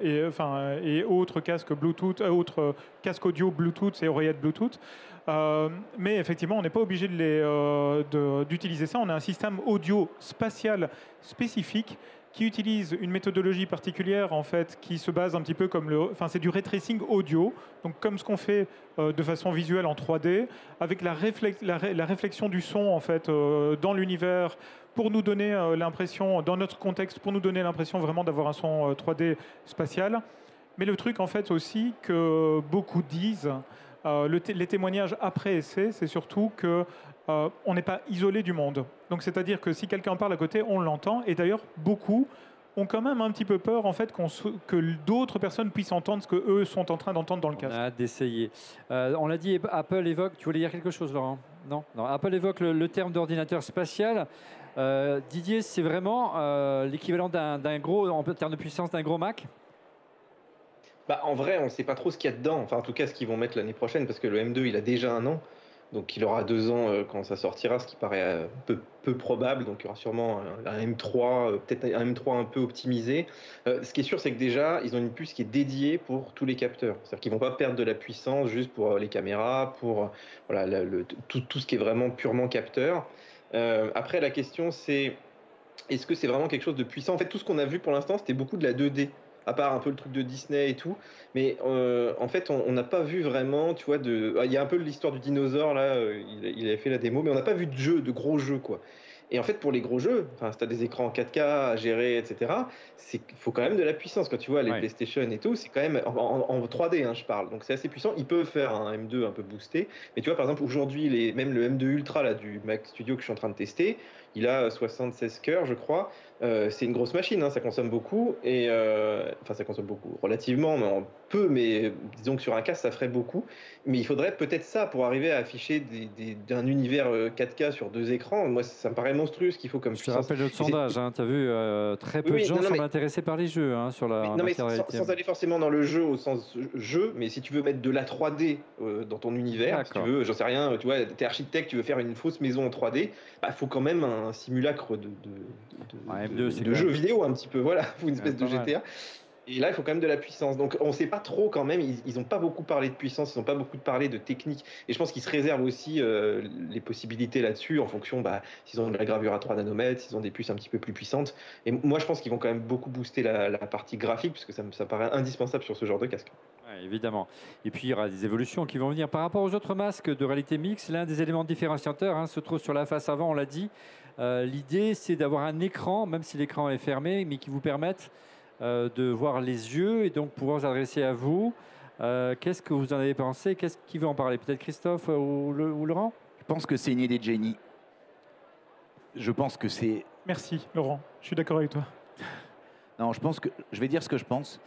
et autres casques Bluetooth, autres casques audio Bluetooth et oreillettes Bluetooth. Mais effectivement, on n'est pas obligé d'utiliser ça. On a un système audio spatial spécifique qui utilise une méthodologie particulière en fait, qui se base un petit peu comme c'est du ray tracing audio, donc comme ce qu'on fait de façon visuelle en 3D, avec la réflexion du son en fait dans l'univers pour nous donner l'impression, dans notre contexte, pour nous donner l'impression vraiment d'avoir un son 3D spatial. Mais le truc en fait aussi que beaucoup disent, les témoignages après essai, c'est surtout que on n'est pas isolé du monde. Donc c'est-à-dire que si quelqu'un parle à côté, on l'entend. Et d'ailleurs, beaucoup ont quand même un petit peu peur en fait que d'autres personnes puissent entendre ce que eux sont en train d'entendre dans le casque. On a hâte d'essayer. On l'a dit, Apple évoque. Tu voulais dire quelque chose, Laurent? Non. Apple évoque le terme d'ordinateur spatial. Didier, c'est vraiment l'équivalent d'un gros, en termes de puissance, d'un gros Mac? En vrai, on ne sait pas trop ce qu'il y a dedans. Enfin, en tout cas, ce qu'ils vont mettre l'année prochaine, parce que le M2, il a déjà 1 an. Donc, il aura 2 ans quand ça sortira, ce qui paraît peu probable. Donc, il y aura sûrement un M3, peut-être un M3 un peu optimisé. Ce qui est sûr, c'est que déjà, ils ont une puce qui est dédiée pour tous les capteurs. C'est-à-dire qu'ils ne vont pas perdre de la puissance juste pour les caméras, pour tout ce qui est vraiment purement capteur. Après, la question, c'est est-ce que c'est vraiment quelque chose de puissant? En fait, tout ce qu'on a vu pour l'instant, c'était beaucoup de la 2D. À part un peu le truc de Disney et tout. Mais en fait, on n'a pas vu vraiment, tu vois, il y a un peu l'histoire du dinosaure, là, il avait fait la démo, mais on n'a pas vu de gros jeux, quoi. Et en fait, pour les gros jeux, si tu as des écrans 4K à gérer, etc., il faut quand même de la puissance. Quand tu vois les PlayStation et tout, c'est quand même en 3D, hein, je parle. Donc c'est assez puissant. Ils peuvent faire un M2 un peu boosté. Mais tu vois, par exemple, aujourd'hui, même le M2 Ultra là, du Mac Studio que je suis en train de tester, il a 76 cœurs, je crois. C'est une grosse machine, hein, ça consomme beaucoup. Ça consomme beaucoup, relativement, mais peu. Mais disons que sur un casque, ça ferait beaucoup. Mais il faudrait peut-être ça pour arriver à afficher d'un univers 4K sur 2 écrans. Moi, ça me paraît monstrueux ce qu'il faut comme puissance. Je te rappelle notre sondage, hein, tu as vu, très peu de gens sont intéressés par les jeux sur la sans aller forcément dans le jeu au sens jeu, mais si tu veux mettre de la 3D dans ton univers, si tu veux, j'en sais rien, tu vois, t'es architecte, tu veux faire une fausse maison en 3D, faut quand même un simulacre de jeu vidéo un petit peu, voilà, ou une espèce de GTA. Et là, il faut quand même de la puissance. Donc, on ne sait pas trop quand même. Ils n'ont pas beaucoup parlé de puissance, ils n'ont pas beaucoup parlé de technique. Et je pense qu'ils se réservent aussi les possibilités là-dessus en fonction s'ils ont de la gravure à 3 nanomètres, s'ils ont des puces un petit peu plus puissantes. Et moi, je pense qu'ils vont quand même beaucoup booster la partie graphique, parce que ça me paraît indispensable sur ce genre de casque. Évidemment. Et puis, il y aura des évolutions qui vont venir. Par rapport aux autres masques de réalité mixte, l'un des éléments différenciateurs se trouve sur la face avant, on l'a dit. L'idée, c'est d'avoir un écran, même si l'écran est fermé, mais qui vous permette de voir les yeux et donc pouvoir s'adresser à vous. Qu'est-ce que vous en avez pensé? Qui veut en parler? Peut-être Christophe ou Laurent? Je pense que c'est une idée de génie. Je pense que c'est... Merci, Laurent. Je suis d'accord avec toi. Non, je vais dire ce que je pense.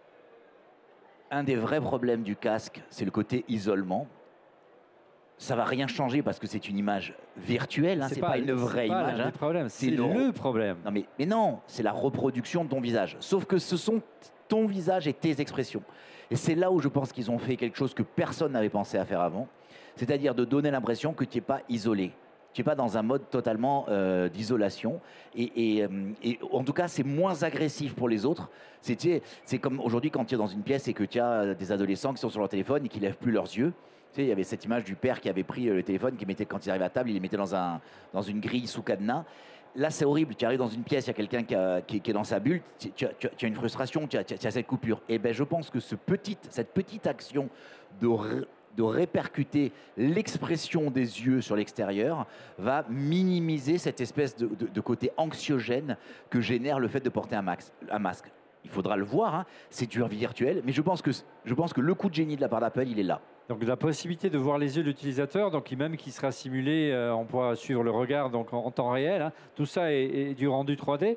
Un des vrais problèmes du casque, c'est le côté isolement. Ça va rien changer parce que c'est une image virtuelle, c'est pas une vraie image. Le problème, c'est le problème. Non, mais non, c'est la reproduction de ton visage. Sauf que ce sont ton visage et tes expressions. Et c'est là où je pense qu'ils ont fait quelque chose que personne n'avait pensé à faire avant, c'est-à-dire de donner l'impression que tu n'es pas isolé. Tu n'es pas dans un mode totalement d'isolation. Et en tout cas, c'est moins agressif pour les autres. C'est comme aujourd'hui quand tu es dans une pièce et que tu as des adolescents qui sont sur leur téléphone et qui ne lèvent plus leurs yeux. Tu sais, il y avait cette image du père qui avait pris le téléphone, quand il arrivait à table, il les mettait dans une grille sous cadenas. Là, c'est horrible. Tu arrives dans une pièce, il y a quelqu'un qui est dans sa bulle, tu as une frustration, tu as cette coupure. Et ben, je pense que cette petite action de répercuter l'expression des yeux sur l'extérieur va minimiser cette espèce de côté anxiogène que génère le fait de porter un masque. Il faudra le voir, c'est du virtuel, mais je pense que le coup de génie de la part d'Apple, il est là. Donc la possibilité de voir les yeux de l'utilisateur, donc même qui sera simulé, on pourra suivre le regard donc en temps réel. Tout ça est du rendu 3D,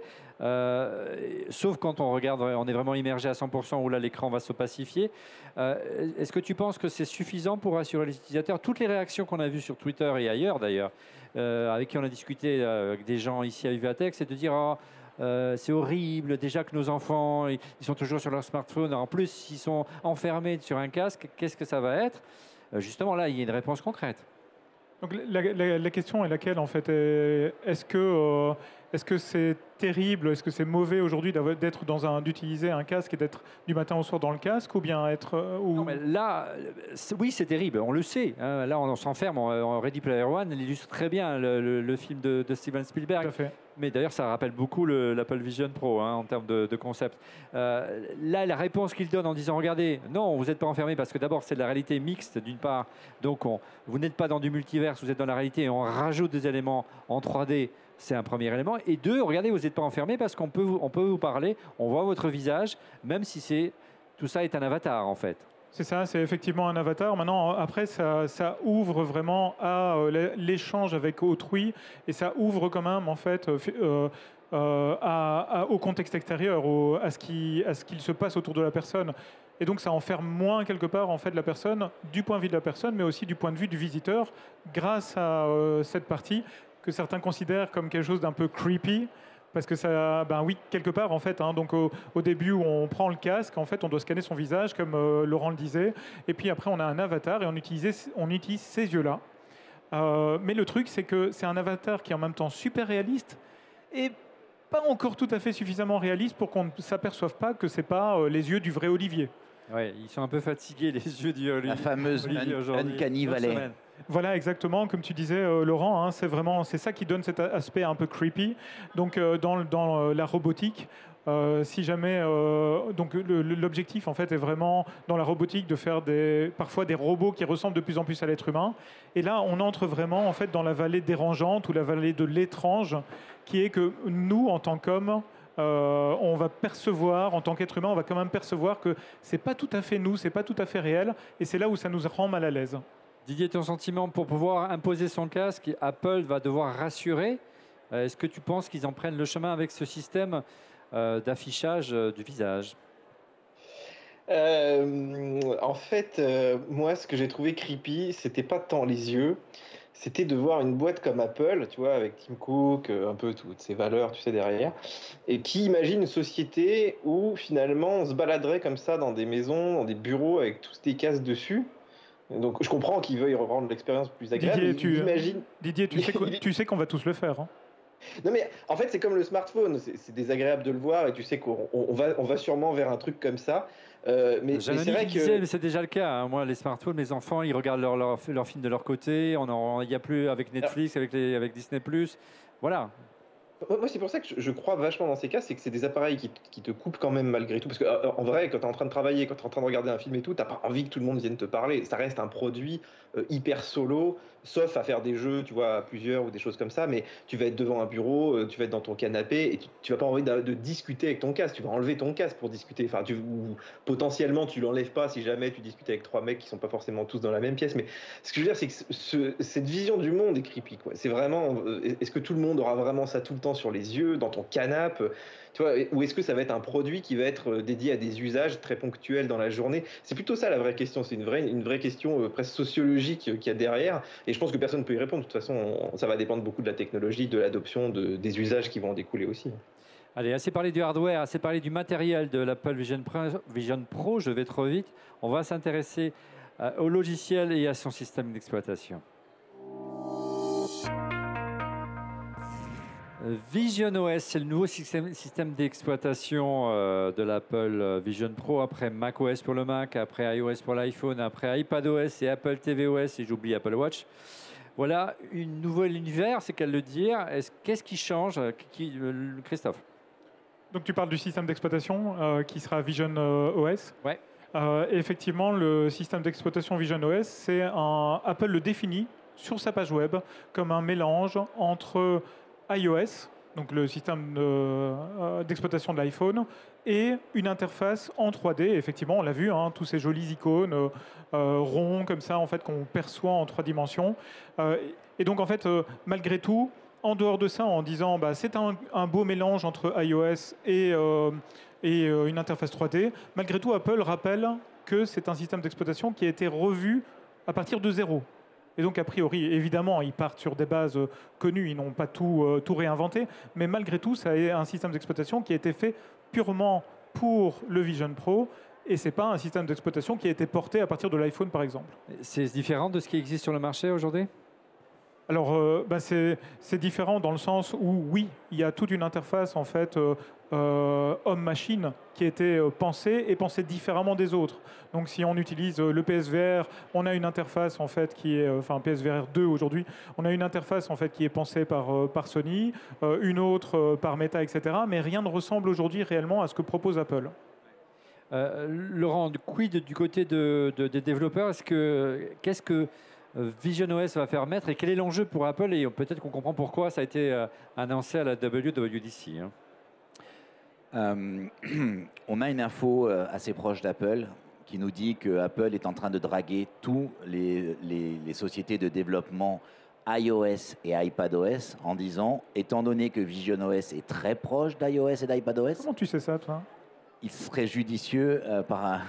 sauf quand on regarde, on est vraiment immergé à 100% où là l'écran va se pacifier. Est-ce que tu penses que c'est suffisant pour rassurer les utilisateurs? Toutes les réactions qu'on a vues sur Twitter et ailleurs d'ailleurs, avec qui on a discuté avec des gens ici à Vivatech, c'est de dire c'est horrible, déjà que nos enfants, ils sont toujours sur leur smartphone. En plus, ils sont enfermés sur un casque. Qu'est-ce que ça va être? Justement, là, il y a une réponse concrète. Donc, la question est laquelle, en fait? Est-ce que c'est terrible, est-ce que c'est mauvais aujourd'hui d'utiliser un casque et d'être du matin au soir dans le casque, ou bien être... Non, mais là, oui, c'est terrible, on le sait. Là, on s'enferme. Ready Player One illustre très bien le film de Steven Spielberg. Tout à fait. Mais d'ailleurs, ça rappelle beaucoup l'Apple Vision Pro en termes de concept. Là, la réponse qu'il donne en disant, regardez, non, vous n'êtes pas enfermé parce que d'abord, c'est de la réalité mixte d'une part. Donc, vous n'êtes pas dans du multiverse, vous êtes dans la réalité et on rajoute des éléments en 3D. C'est un premier élément. Et deux, regardez, vous n'êtes pas enfermé parce qu'on peut vous parler, on voit votre visage, même si tout ça est un avatar en fait. C'est ça, c'est effectivement un avatar. Maintenant, après, ça ouvre vraiment à l'échange avec autrui et ça ouvre quand même, en fait, au contexte extérieur, à ce qu'il se passe autour de la personne. Et donc, ça enferme moins, quelque part, en fait, la personne, du point de vue de la personne, mais aussi du point de vue du visiteur, grâce à cette partie que certains considèrent comme quelque chose d'un peu creepy. Parce que ça, ben oui, quelque part en fait. Donc au début où on prend le casque, en fait, on doit scanner son visage, comme Laurent le disait. Et puis après, on a un avatar et on utilise ces yeux-là. Mais le truc, c'est que c'est un avatar qui est en même temps super réaliste et pas encore tout à fait suffisamment réaliste pour qu'on ne s'aperçoive pas que c'est pas les yeux du vrai Olivier. Ouais, ils sont un peu fatigués les yeux du Olivier. La fameuse Uncanny Valley. Voilà, exactement, comme tu disais, Laurent, c'est ça qui donne cet aspect un peu creepy. Donc, dans la robotique, si jamais, donc l'objectif en fait est vraiment dans la robotique de faire parfois des robots qui ressemblent de plus en plus à l'être humain. Et là, on entre vraiment en fait dans la vallée dérangeante ou la vallée de l'étrange, qui est que nous, en tant qu'hommes, on va percevoir, en tant qu'être humain, on va quand même percevoir que c'est pas tout à fait nous, c'est pas tout à fait réel, et c'est là où ça nous rend mal à l'aise. Didier, ton sentiment pour pouvoir imposer son casque, Apple va devoir rassurer. Est-ce que tu penses qu'ils en prennent le chemin avec ce système d'affichage du visage? En fait, moi, ce que j'ai trouvé creepy, c'était pas tant les yeux, c'était de voir une boîte comme Apple, tu vois, avec Tim Cook, un peu toutes ses valeurs, tu sais, derrière, et qui imagine une société où finalement on se baladerait comme ça dans des maisons, dans des bureaux avec tous des casques dessus. Donc je comprends qu'ils veuillent rendre l'expérience plus agréable. Didier, tu sais qu'on va tous le faire. Non mais en fait c'est comme le smartphone, c'est désagréable de le voir et tu sais qu'on va sûrement vers un truc comme ça. Mais c'est vrai que c'est déjà le cas. Moi, les smartphones, mes enfants, ils regardent leurs films de leur côté. Il n'y a plus avec Netflix, avec Disney+. Voilà. Moi, c'est pour ça que je crois vachement dans ces cas, c'est que c'est des appareils qui te coupent quand même malgré tout. Parce que en vrai, quand tu es en train de travailler, quand tu es en train de regarder un film et tout, t'as pas envie que tout le monde vienne te parler. Ça reste un produit hyper solo, sauf à faire des jeux, tu vois, à plusieurs ou des choses comme ça. Mais tu vas être devant un bureau, tu vas être dans ton canapé et tu vas pas envie de discuter avec ton casque. Tu vas enlever ton casque pour discuter. Enfin, ou potentiellement, tu l'enlèves pas si jamais tu discutes avec trois mecs qui sont pas forcément tous dans la même pièce. Mais ce que je veux dire, c'est que cette vision du monde est creepy, quoi. C'est vraiment, est-ce que tout le monde aura vraiment ça tout le temps sur les yeux, dans ton canapé, tu vois, ou est-ce que ça va être un produit qui va être dédié à des usages très ponctuels dans la journée? C'est plutôt ça la vraie question. C'est une vraie question presque sociologique qu'il y a derrière. Et je pense que personne ne peut y répondre. De toute façon, ça va dépendre beaucoup de la technologie, de l'adoption, des usages qui vont en découler aussi. Allez, assez parlé du hardware, assez parlé du matériel de l'Apple Vision Pro, je vais trop vite. On va s'intéresser au logiciel et à son système d'exploitation. Vision OS, c'est le nouveau système d'exploitation de l'Apple Vision Pro après macOS pour le Mac, après iOS pour l'iPhone, après iPadOS et Apple tvOS et j'oublie Apple Watch. Voilà une nouvelle univers, c'est qu'à le dire. Qu'est-ce qui change, Christophe? Donc tu parles du système d'exploitation qui sera Vision OS. Ouais. Effectivement, le système d'exploitation Vision OS, Apple le définit sur sa page web comme un mélange entre iOS, donc le système d'exploitation de l'iPhone, et une interface en 3D. Effectivement, on l'a vu, hein, tous ces jolis icônes ronds comme ça, en fait, qu'on perçoit en 3 dimensions. Et donc, en fait, malgré tout, en dehors de ça, en disant c'est un beau mélange entre iOS et une interface 3D, malgré tout, Apple rappelle que c'est un système d'exploitation qui a été revu à partir de zéro. Et donc, a priori, évidemment, ils partent sur des bases connues, ils n'ont pas tout réinventé, mais malgré tout, ça est un système d'exploitation qui a été fait purement pour le Vision Pro, et ce n'est pas un système d'exploitation qui a été porté à partir de l'iPhone, par exemple. C'est différent de ce qui existe sur le marché aujourd'hui ? Alors, c'est différent dans le sens où, oui, il y a toute une interface, en fait, homme-machine qui a été pensée différemment des autres. Donc, si on utilise le PSVR, on a une interface, en fait, qui est, PSVR 2 aujourd'hui, on a une interface, en fait, qui est pensée par Sony, une autre par Meta, etc. Mais rien ne ressemble aujourd'hui réellement à ce que propose Apple. Laurent, quid du côté des développeurs? Qu'est-ce que Vision OS va faire mettre et quel est l'enjeu pour Apple? Et peut-être qu'on comprend pourquoi ça a été annoncé à la WWDC. On a une info assez proche d'Apple qui nous dit que Apple est en train de draguer tous les sociétés de développement iOS et iPadOS en disant, étant donné que Vision OS est très proche d'iOS et d'iPadOS... Comment tu sais ça, toi? Il serait judicieux par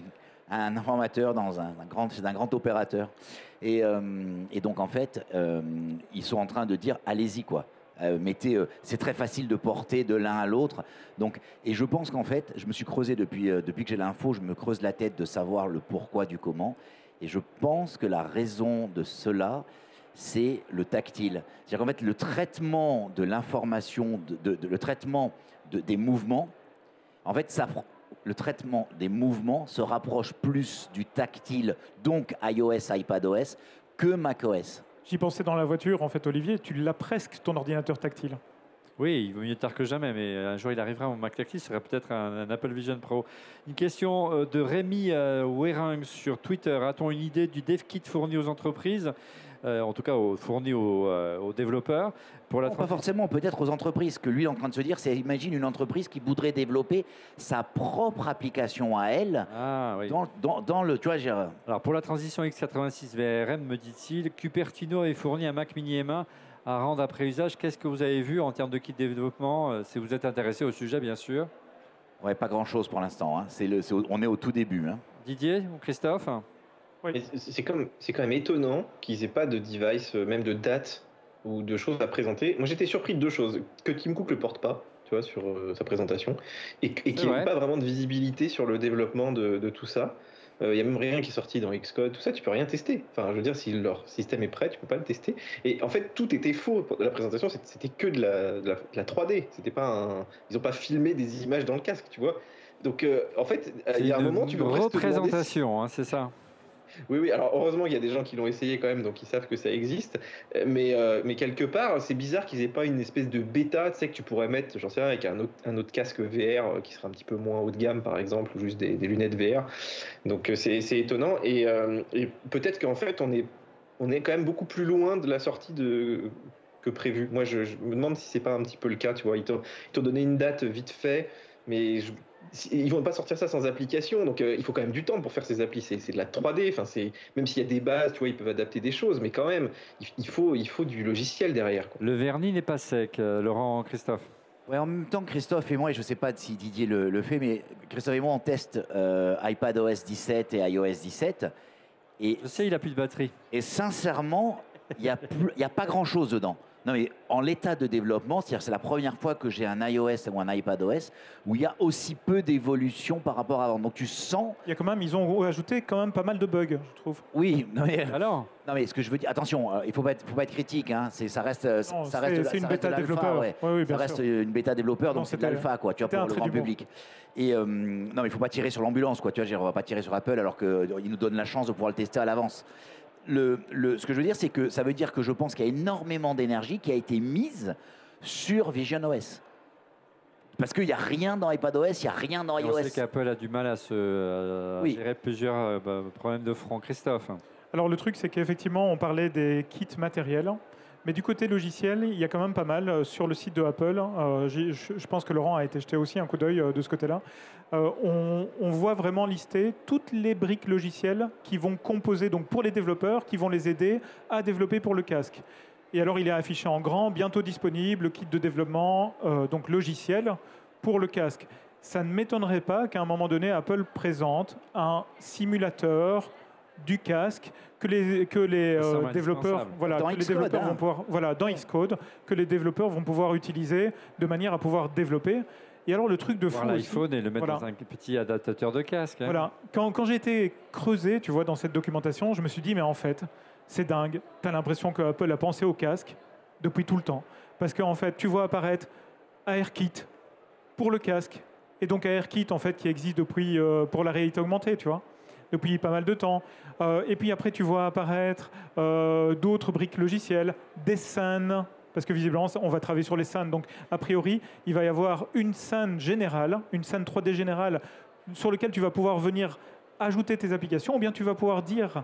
un informateur d'un grand opérateur. Et donc, en fait, ils sont en train de dire, allez-y, quoi. C'est très facile de porter de l'un à l'autre. Donc, et je pense qu'en fait, je me suis creusé depuis que j'ai l'info, je me creuse la tête de savoir le pourquoi du comment. Et je pense que la raison de cela, c'est le tactile. C'est-à-dire qu'en fait, le traitement de l'information, le traitement des mouvements, en fait, le traitement des mouvements se rapproche plus du tactile, donc iOS, iPadOS, que macOS. J'y pensais dans la voiture, en fait, Olivier, tu l'as presque, ton ordinateur tactile. Oui, il vaut mieux tard que jamais, mais un jour il arrivera, mon Mac tactile serait peut-être un Apple Vision Pro. Une question de Rémi Wering sur Twitter. A-t-on une idée du dev kit fourni aux entreprises, en tout cas fourni aux développeurs pas forcément, peut-être aux entreprises. Ce que lui est en train de se dire, c'est imagine une entreprise qui voudrait développer sa propre application à elle. Ah, oui. dans le, tu vois, Alors pour la transition x86 VRM, me dit-il, Cupertino avait fourni un Mac Mini M1 à rendre après usage. Qu'est-ce que vous avez vu en termes de kit de développement, si vous êtes intéressé au sujet, bien sûr? Ouais, pas grand-chose pour l'instant. Hein. On est au tout début. Hein. Didier ou Christophe? Oui. C'est quand même étonnant qu'ils n'aient pas de device, même de date ou de choses à présenter. Moi, j'étais surpris de 2 choses. Que Tim Cook ne le porte pas, tu vois, sur sa présentation, et qu'il n'y ait pas vraiment de visibilité sur le développement de tout ça. Il n'y a même rien qui est sorti dans Xcode, tout ça, tu peux rien tester. Enfin, je veux dire, si leur système est prêt, tu peux pas le tester. Et en fait, tout était faux. La présentation, c'était que de la 3D. C'était pas ils n'ont pas filmé des images dans le casque, tu vois. Donc, en fait, il y a un moment, tu peux représentation, hein, c'est ça. Oui, oui, alors heureusement, il y a des gens qui l'ont essayé quand même, donc ils savent que ça existe. Mais quelque part, c'est bizarre qu'ils aient pas une espèce de bêta, tu sais, que tu pourrais mettre, j'en sais rien, avec un autre casque VR qui serait un petit peu moins haut de gamme, par exemple, ou juste des lunettes VR. Donc c'est étonnant. Et peut-être qu'en fait, on est quand même beaucoup plus loin de la sortie que prévu. Moi, je me demande si c'est pas un petit peu le cas, tu vois. Ils t'ont donné une date vite fait, mais ils vont pas sortir ça sans application, donc il faut quand même du temps pour faire ces applis. C'est de la 3D, enfin même s'il y a des bases, tu vois, ils peuvent adapter des choses, mais quand même, il faut du logiciel derrière, quoi. Le vernis n'est pas sec, Laurent, Christophe. Ouais, en même temps, Christophe et moi, et je ne sais pas si Didier le fait, mais Christophe et moi, on teste iPadOS 17 et iOS 17. Et, Je sais, il a plus de batterie. et sincèrement, il y a pas grand-chose dedans. Non, mais en l'état de développement, c'est-à-dire que c'est la première fois que j'ai un iOS ou un iPadOS où il y a aussi peu d'évolution par rapport à avant. Donc tu sens, Il y a quand même, ils ont ajouté quand même pas mal de bugs, je trouve. oui, Alors, non, mais ce que je veux dire, attention, il faut pas être critique, hein, ça reste, Non, ça reste, c'est une ça reste bêta de l'alpha, développeur. ouais. Oui, oui, Ça bien reste sûr. une bêta développeur, Non, donc c'est de c'était- l'alpha, quoi, tu vois, c'était pour un le trait grand d'humour. public. Et non, mais il faut pas tirer sur l'ambulance, quoi. Tu vois, on va pas tirer sur Apple alors qu'ils nous donnent la chance de pouvoir le tester à l'avance. Ce que je veux dire, c'est que ça veut dire que je pense qu'il y a énormément d'énergie qui a été mise sur VisionOS. Parce qu'il n'y a rien dans iPadOS, il n'y a rien dans on iOS. sait qu'Apple a du mal à Oui. gérer plusieurs problèmes de front. Christophe. Alors le truc, c'est qu'effectivement, on parlait des kits matériels, mais du côté logiciel, il y a quand même pas mal sur le site de Apple. Je pense que Laurent a été jeté aussi un coup d'œil de ce côté-là. On voit vraiment lister toutes les briques logicielles qui vont composer, donc pour les développeurs, qui vont les aider à développer pour le casque. Et alors, il est affiché en grand, bientôt disponible, kit de développement, donc logiciel, pour le casque. Ça ne m'étonnerait pas qu'à un moment donné, Apple présente un simulateur du casque que les Ça semble développeurs, indispensable. voilà, Dans que les Xcode, développeurs hein. vont pouvoir, voilà, dans Xcode, que les développeurs vont pouvoir utiliser de manière à pouvoir développer. Et alors, le truc de fou Voir aussi, l'iPhone et le mettre Voilà. dans un petit adaptateur de casque. hein. voilà. Quand j'ai été creusé, tu vois, dans cette documentation, je me suis dit, mais en fait, c'est dingue. Tu as l'impression que Apple a pensé au casque depuis tout le temps. Parce qu'en fait, tu vois apparaître AirKit pour le casque. Et donc AirKit, en fait, qui existe depuis, pour la réalité augmentée, tu vois, depuis pas mal de temps. Et puis après, tu vois apparaître d'autres briques logicielles, des scènes, parce que visiblement, on va travailler sur les scènes. Donc, a priori, il va y avoir une scène générale, une scène 3D générale, sur laquelle tu vas pouvoir venir ajouter tes applications, ou bien tu vas pouvoir dire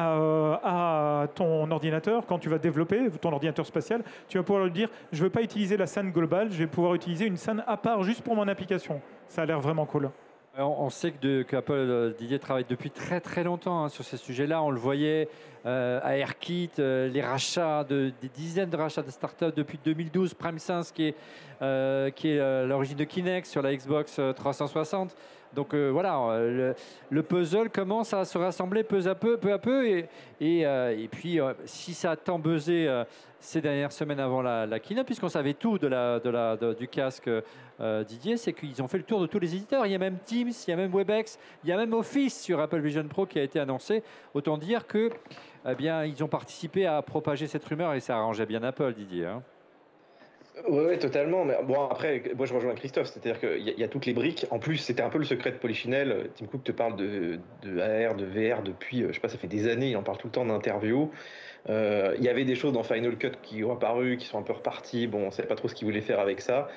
à ton ordinateur, quand tu vas développer ton ordinateur spatial, tu vas pouvoir lui dire, je ne veux pas utiliser la scène globale, je vais pouvoir utiliser une scène à part juste pour mon application. Ça a l'air vraiment cool. On sait qu'Apple, Didier, travaille depuis très très longtemps hein, sur ces sujets-là. On le voyait à AirKit, les rachats, des dizaines de rachats de startups depuis 2012, PrimeSense qui est l'origine de Kinect sur la Xbox 360. Donc voilà, le puzzle commence à se rassembler peu à peu. Et puis, si ça a tant buzzé ces dernières semaines avant la keynote, puisqu'on savait tout du casque Didier, c'est qu'ils ont fait le tour de tous les éditeurs. Il y a même Teams, il y a même Webex, il y a même Office sur Apple Vision Pro qui a été annoncé. Autant dire que, eh bien, ils ont participé à propager cette rumeur et ça arrangeait bien Apple, Didier. hein. Oui, totalement. Mais bon, après, moi je rejoins Christophe, c'est-à-dire qu'il y a toutes les briques. En plus, c'était un peu le secret de Polichinelle. Tim Cook te parle de AR, de VR depuis, je sais pas, ça fait des années, il en parle tout le temps d'interviews. Il y avait des choses dans Final Cut qui ont apparu, qui sont un peu reparties. Bon, on ne savait pas trop ce qu'ils voulaient faire avec ça.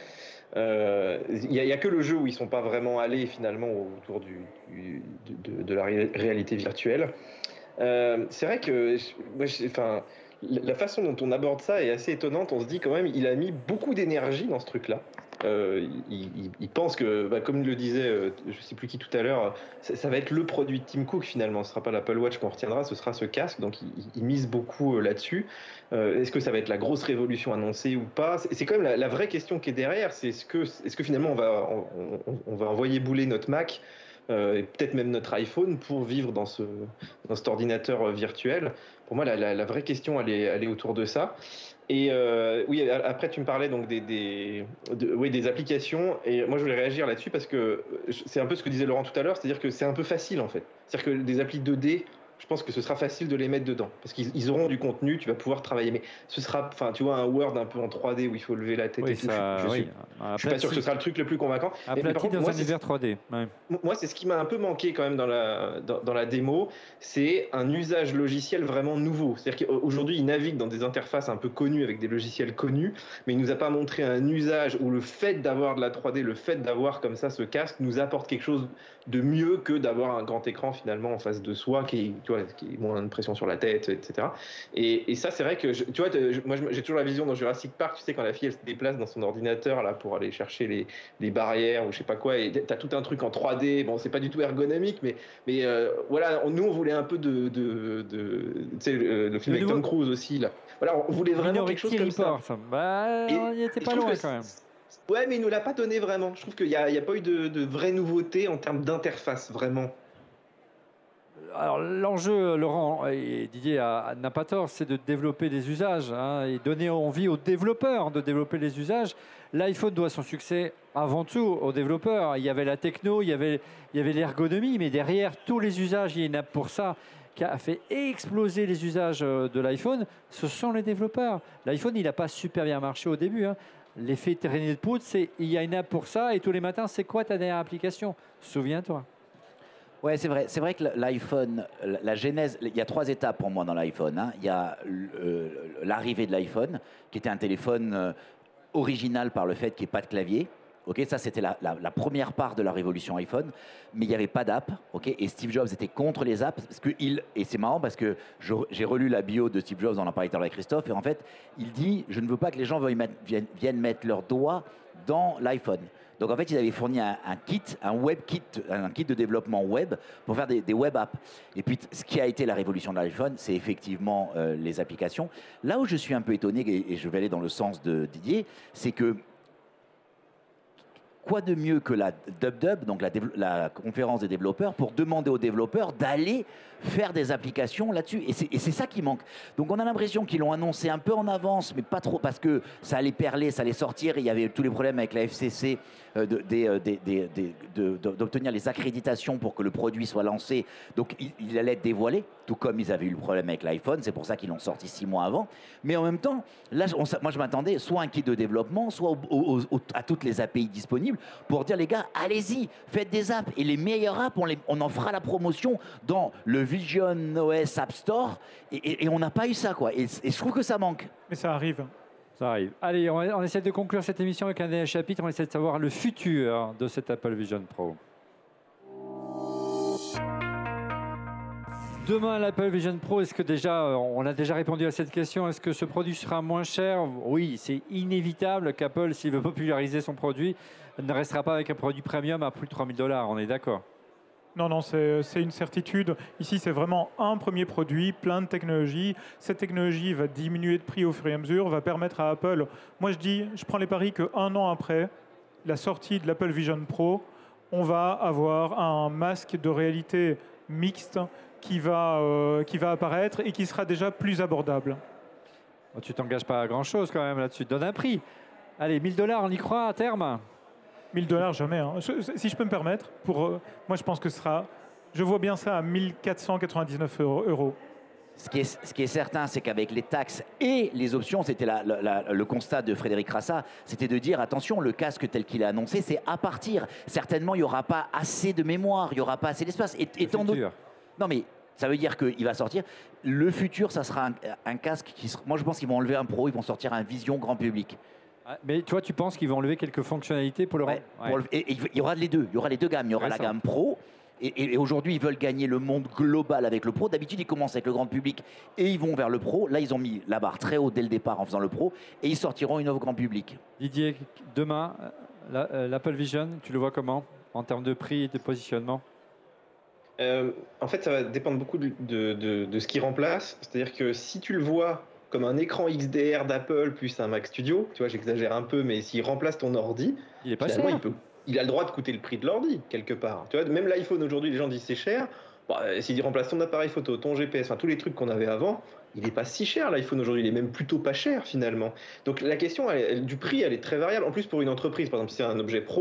Il y a que le jeu où ils sont pas vraiment allés finalement autour de la réalité virtuelle. C'est vrai que enfin, la façon dont on aborde ça est assez étonnante. On se dit quand même, il a mis beaucoup d'énergie dans ce truc-là. Il pense que, comme le disait, je ne sais plus qui tout à l'heure, ça va être le produit de Tim Cook finalement. Ce ne sera pas l'Apple Watch qu'on retiendra, ce sera ce casque. Donc il mise beaucoup là-dessus. Est-ce que ça va être la grosse révolution annoncée ou pas? C'est quand même la vraie question qui est derrière. C'est est-ce que finalement on va envoyer bouler notre Mac et peut-être même notre iPhone pour vivre dans cet ordinateur virtuel? Pour moi, la vraie question, elle est autour de ça. Et oui, après, tu me parlais donc des applications. Et moi, je voulais réagir là-dessus parce que c'est un peu ce que disait Laurent tout à l'heure, c'est-à-dire que c'est un peu facile en fait. C'est-à-dire que des applis 2D, je pense que ce sera facile de les mettre dedans. Parce qu'ils auront du contenu, tu vas pouvoir travailler. Mais ce sera, enfin, tu vois, un Word un peu en 3D où il faut lever la tête et tout. Je suis pas sûr que ce sera le truc le plus convaincant. Aplati dans un univers 3D. Ouais. Moi, c'est ce qui m'a un peu manqué quand même dans la démo, c'est un usage logiciel vraiment nouveau. C'est-à-dire qu'aujourd'hui, il navigue dans des interfaces un peu connues avec des logiciels connus, mais il nous a pas montré un usage où le fait d'avoir de la 3D, le fait d'avoir comme ça ce casque nous apporte quelque chose de mieux que d'avoir un grand écran finalement en face de soi qui est moins de pression sur la tête, etc. Et ça, c'est vrai que tu vois, moi j'ai toujours la vision dans Jurassic Park, tu sais, quand la fille elle se déplace dans son ordinateur là pour aller chercher les barrières ou je sais pas quoi, et t'as tout un truc en 3D. Bon, c'est pas du tout ergonomique, mais voilà, nous on voulait un peu tu sais, le film avec Tom Cruise aussi là. Voilà, on voulait vraiment quelque chose comme ça. Bah, on y était pas loin quand même. Ouais, mais il nous l'a pas donné vraiment. Je trouve qu'il y a pas eu de vraie nouveauté en termes d'interface, vraiment. Alors l'enjeu, Laurent et Didier n'a pas tort, c'est de développer des usages et donner envie aux développeurs de développer les usages. L'iPhone doit son succès avant tout aux développeurs. Il y avait la techno, il y avait l'ergonomie, mais derrière tous les usages, il y a une app pour ça qui a fait exploser les usages de l'iPhone. Ce sont les développeurs. L'iPhone, il n'a pas super bien marché au début. L'effet traînée de poudre, c'est il y a une app pour ça et tous les matins, c'est quoi ta dernière application? Souviens-toi. Ouais, c'est vrai. C'est vrai que l'iPhone, la genèse, il y a 3 étapes pour moi dans l'iPhone. Il y a l'arrivée de l'iPhone, qui était un téléphone original par le fait qu'il n'y ait pas de clavier. Okay, ça, c'était la première part de la révolution iPhone, mais il n'y avait pas d'app. Okay, et Steve Jobs était contre les apps. Et c'est marrant parce que j'ai relu la bio de Steve Jobs, on en parlait tout à l'heure avec Christophe, et en fait, il dit « Je ne veux pas que les gens viennent mettre leurs doigts dans l'iPhone ». Donc en fait, ils avaient fourni un kit, un kit de développement web pour faire des web apps. Et puis, ce qui a été la révolution de l'iPhone, c'est effectivement les applications. Là où je suis un peu étonné, et je vais aller dans le sens de Didier, c'est que quoi de mieux que la DubDub, donc la conférence des développeurs, pour demander aux développeurs d'aller faire des applications là-dessus. Et c'est ça qui manque. Donc on a l'impression qu'ils l'ont annoncé un peu en avance, mais pas trop, parce que ça allait perler, ça allait sortir. Et il y avait tous les problèmes avec la FCC d'obtenir les accréditations pour que le produit soit lancé. Donc il allait être dévoilé, tout comme ils avaient eu le problème avec l'iPhone. C'est pour ça qu'ils l'ont sorti 6 mois avant. Mais en même temps, là, moi je m'attendais soit à un kit de développement, soit à toutes les API disponibles pour dire les gars, allez-y, faites des apps. Et les meilleures apps, on en fera la promotion dans le Vision OS App Store. Et on n'a pas eu ça, quoi. Et je trouve que ça manque. Mais ça arrive. Ça arrive. Allez, on essaie de conclure cette émission avec un dernier chapitre. On essaie de savoir le futur de cet Apple Vision Pro. Demain, l'Apple Vision Pro, est-ce que déjà, on a déjà répondu à cette question, est-ce que ce produit sera moins cher? Oui, c'est inévitable qu'Apple, s'il veut populariser son produit, ne restera pas avec un produit premium à plus de 3 000 $, on est d'accord? Non, c'est une certitude. Ici, c'est vraiment un premier produit, plein de technologies. Cette technologie va diminuer de prix au fur et à mesure, va permettre à Apple... Moi, je prends les paris qu'un an après la sortie de l'Apple Vision Pro, on va avoir un masque de réalité mixte qui va apparaître et qui sera déjà plus abordable. Oh, tu t'engages pas à grand-chose quand même là-dessus. Donne un prix. Allez, 1 000 $, on y croit à terme? 1 000 $, jamais. Si je peux me permettre, moi je pense que ce sera... Je vois bien ça à 1 499 €. Ce qui est certain, c'est qu'avec les taxes et les options, c'était le constat de Frédéric Rassa, c'était de dire, attention, le casque tel qu'il est annoncé, c'est à partir. Certainement, il n'y aura pas assez de mémoire, il n'y aura pas assez d'espace. Non, mais ça veut dire qu'il va sortir. Le futur, ça sera un casque qui... Moi, je pense qu'ils vont enlever un Pro, ils vont sortir un Vision grand public. Mais toi, tu penses qu'ils vont enlever quelques fonctionnalités pour le rendre? Et il y aura les deux. Il y aura les deux gammes. Il y aura la gamme Pro. Et aujourd'hui, ils veulent gagner le monde global avec le Pro. D'habitude, ils commencent avec le grand public et ils vont vers le Pro. Là, ils ont mis la barre très haut dès le départ en faisant le Pro. Et ils sortiront une offre grand public. Didier, demain, l'Apple Vision, tu le vois comment en termes de prix et de positionnement? En fait, ça va dépendre beaucoup de ce qui remplace. C'est-à-dire que si tu le vois comme un écran XDR d'Apple plus un Mac Studio, tu vois, j'exagère un peu, mais s'il remplace ton ordi, il est pas cher. Il a le droit de coûter le prix de l'ordi, quelque part. Tu vois, même l'iPhone aujourd'hui, les gens disent c'est cher. Bon, s'il remplace ton appareil photo, ton GPS, enfin tous les trucs qu'on avait avant, il n'est pas si cher l'iPhone aujourd'hui, il est même plutôt pas cher finalement. Donc la question du prix, elle est très variable. En plus, pour une entreprise, par exemple, si c'est un objet pro,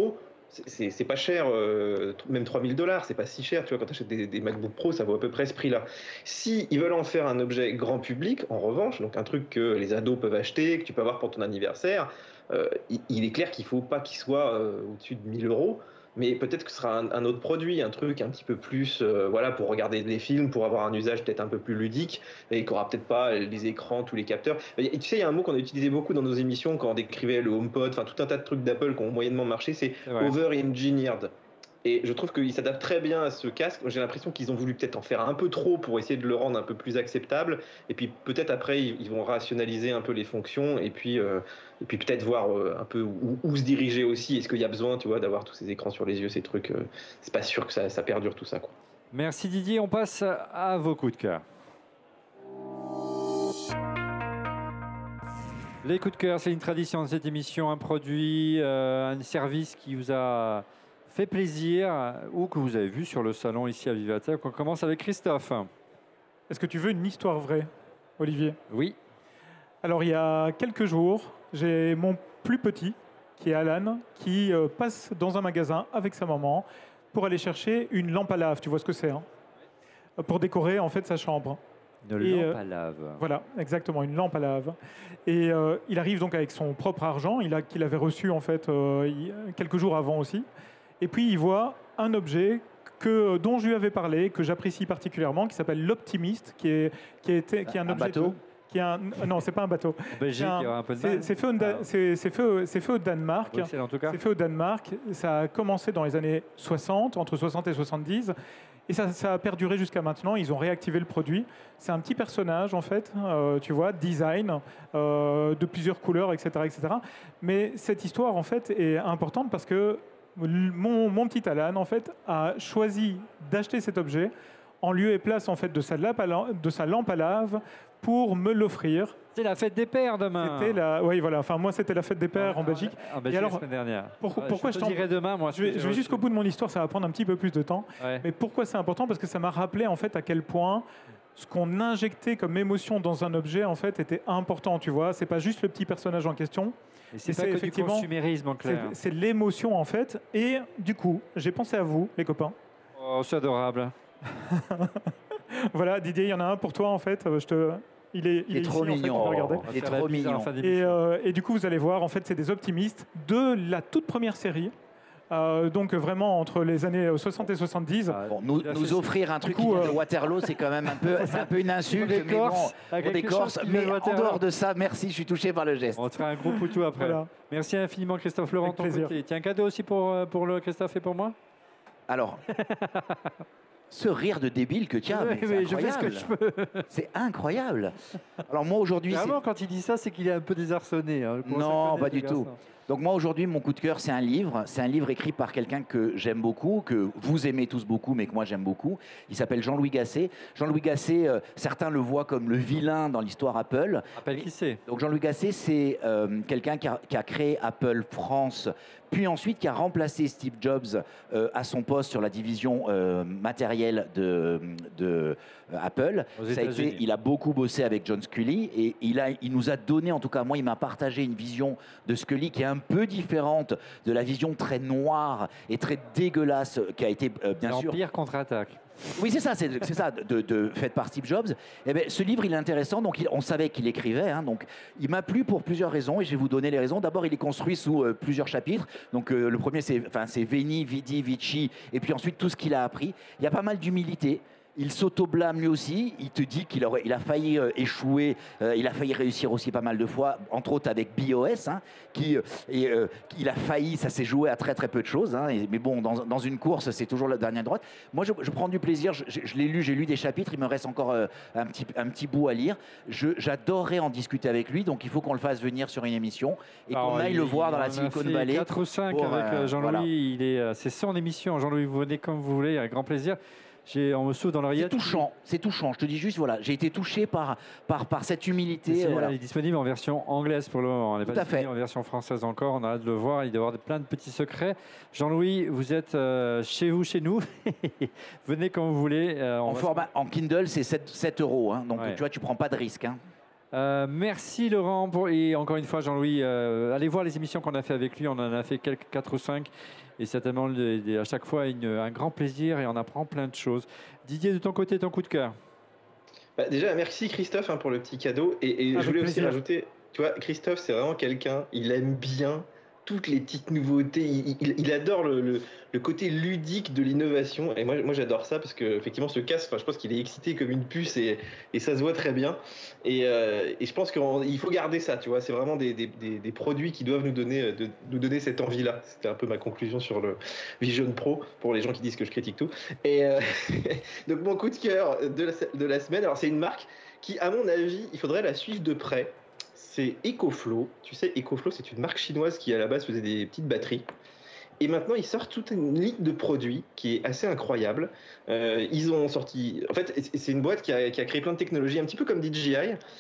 c'est pas cher, même $3000, c'est pas si cher, tu vois, quand tu achètes des MacBook Pro, ça vaut à peu près ce prix-là. Si ils veulent en faire un objet grand public, en revanche, donc un truc que les ados peuvent acheter, que tu peux avoir pour ton anniversaire, il est clair qu'il faut pas qu'il soit au-dessus de 1000 €. Mais peut-être que ce sera un autre produit, un truc un petit peu plus, voilà, pour regarder des films, pour avoir un usage peut-être un peu plus ludique, et qui aura peut-être pas les écrans, tous les capteurs. Et tu sais, il y a un mot qu'on a utilisé beaucoup dans nos émissions quand on décrivait le HomePod, enfin tout un tas de trucs d'Apple qui ont moyennement marché, c'est over-engineered. Et je trouve qu'il s'adapte très bien à ce casque. J'ai l'impression qu'ils ont voulu peut-être en faire un peu trop pour essayer de le rendre un peu plus acceptable. Et puis peut-être après, ils vont rationaliser un peu les fonctions et puis peut-être voir un peu où se diriger aussi. Est-ce qu'il y a besoin, tu vois, d'avoir tous ces écrans sur les yeux, ces trucs. C'est pas sûr que ça perdure tout ça, quoi. Merci Didier, on passe à vos coups de cœur. Les coups de cœur, c'est une tradition de cette émission, un produit, un service qui vous a fait plaisir ou que vous avez vu sur le salon ici à Vivatech. On commence avec Christophe. Est-ce que tu veux une histoire vraie, Olivier? Oui. Alors, il y a quelques jours, j'ai mon plus petit, qui est Alan, qui passe dans un magasin avec sa maman pour aller chercher une lampe à lave. Tu vois ce que c'est, hein? Pour décorer, en fait, sa chambre. Une lampe à lave. Voilà, exactement, une lampe à lave. Et il arrive donc avec son propre argent, qu'il avait reçu, en fait, quelques jours avant aussi. Et puis, il voit un objet dont je lui avais parlé, que j'apprécie particulièrement, qui s'appelle l'Optimist, qui est un objet... bateau non, c'est pas un bateau. Belgique, il y aura un peu de mal. C'est fait au Danemark. Bruxelles, en tout cas. C'est fait au Danemark. Ça a commencé dans les années 60, entre 60 et 70. Et ça a perduré jusqu'à maintenant. Ils ont réactivé le produit. C'est un petit personnage, en fait, tu vois, design, de plusieurs couleurs, etc., etc. Mais cette histoire, en fait, est importante parce que mon petit Alan, en fait, a choisi d'acheter cet objet en lieu et place, en fait, de sa lampe à lave pour me l'offrir. C'est la fête des pères demain. Oui, voilà. Enfin, moi, c'était la fête des pères en Belgique. En Belgique, la semaine dernière. Pourquoi je te dirai demain, moi. Je vais jusqu'au bout de mon histoire, ça va prendre un petit peu plus de temps. Ouais. Mais pourquoi c'est important? Parce que ça m'a rappelé, en fait, à quel point ce qu'on injectait comme émotion dans un objet, en fait, était important, tu vois. C'est pas juste le petit personnage en question. Et c'est pas que du consumérisme, en clair. C'est l'émotion, en fait. Et du coup, j'ai pensé à vous, les copains. Oh, c'est adorable. Voilà, Didier, il y en a un pour toi, en fait. Il est trop ici, mignon. En fait, regarder. Il est trop mignon. Et du coup, vous allez voir, en fait, c'est des optimistes de la toute première série. Donc vraiment entre les années 60 et 70. Bon, nous offrir un truc qui vient de Waterloo, c'est quand même un peu une insulte. Mais bon, on décorse. Mais en dehors de ça, merci, je suis touché par le geste. On te fera un gros poutou après. Voilà. Merci infiniment Christophe Laurent. Tiens, un cadeau aussi pour le Christophe et pour moi. Alors, ce rire de débile que tu as, oui, je fais ce que je peux. C'est incroyable. Alors moi aujourd'hui, vraiment quand il dit ça, c'est qu'il est un peu désarçonné. Hein. Non, pas du tout. Donc moi aujourd'hui, mon coup de cœur, c'est un livre. C'est un livre écrit par quelqu'un que j'aime beaucoup, que vous aimez tous beaucoup, mais que moi j'aime beaucoup. Il s'appelle Jean-Louis Gasset. Jean-Louis Gasset, certains le voient comme le vilain dans l'histoire Apple. Rappelle qui c'est. Donc Jean-Louis Gasset, c'est quelqu'un qui a créé Apple France, puis ensuite qui a remplacé Steve Jobs à son poste sur la division matérielle de Apple. Il a beaucoup bossé avec John Sculley et il nous a donné, en tout cas moi, il m'a partagé une vision de Sculley qui est un peu différente de la vision très noire et très dégueulasse qui a été bien sûr. L'Empire contre-attaque. Oui, c'est ça, fait par Steve Jobs. Et bien, ce livre, il est intéressant. Donc, on savait qu'il écrivait. Hein, donc, il m'a plu pour plusieurs raisons et je vais vous donner les raisons. D'abord, il est construit sous plusieurs chapitres. Donc, le premier, c'est Veni, Vidi, Vici, et puis ensuite tout ce qu'il a appris. Il y a pas mal d'humilité. Il s'auto-blâme lui aussi. Il te dit qu'il a failli échouer. Il a failli réussir aussi pas mal de fois, entre autres avec BOS, hein, il a failli. Ça s'est joué à très très peu de choses. Hein, mais bon, dans une course, c'est toujours la dernière droite. Moi, je prends du plaisir. Je l'ai lu. J'ai lu des chapitres. Il me reste encore un petit bout à lire. J'adorerais en discuter avec lui. Donc, il faut qu'on le fasse venir sur une émission et qu'on aille le voir dans la Silicon Valley. 4 ou 5 avec Jean-Louis. Voilà. C'est son émission. Jean-Louis, vous venez comme vous voulez, avec grand plaisir. On me souffle dans l'oreillette. C'est touchant. Je te dis juste, voilà, j'ai été touché par cette humilité. Il est disponible en version anglaise pour le moment. Il n'est pas disponible en version française encore. On a hâte de le voir. Il doit y avoir plein de petits secrets. Jean-Louis, vous êtes chez nous. Venez quand vous voulez. En Kindle, c'est 7 €. Hein, donc, tu vois, tu ne prends pas de risque. Hein. Merci Laurent et encore une fois Jean-Louis, allez voir les émissions qu'on a fait avec lui, on en a fait 4 ou 5 et certainement à chaque fois un grand plaisir et on apprend plein de choses. Didier, de ton côté, ton coup de cœur? Déjà, merci Christophe pour le petit cadeau et je voulais aussi rajouter, tu vois, Christophe c'est vraiment quelqu'un, il aime bien toutes les petites nouveautés, il adore le côté ludique de l'innovation et moi j'adore ça parce que effectivement ce casque, je pense qu'il est excité comme une puce et ça se voit très bien et je pense qu'il faut garder ça, tu vois, c'est vraiment des produits qui doivent nous donner cette envie là. C'était un peu ma conclusion sur le Vision Pro pour les gens qui disent que je critique tout et donc mon coup de cœur de la semaine, alors c'est une marque qui à mon avis il faudrait la suivre de près. C'est EcoFlow. Tu sais, EcoFlow, c'est une marque chinoise qui, à la base, faisait des petites batteries. Et maintenant, ils sortent toute une ligne de produits qui est assez incroyable. Ils ont sorti... En fait, c'est une boîte qui a créé plein de technologies, un petit peu comme DJI.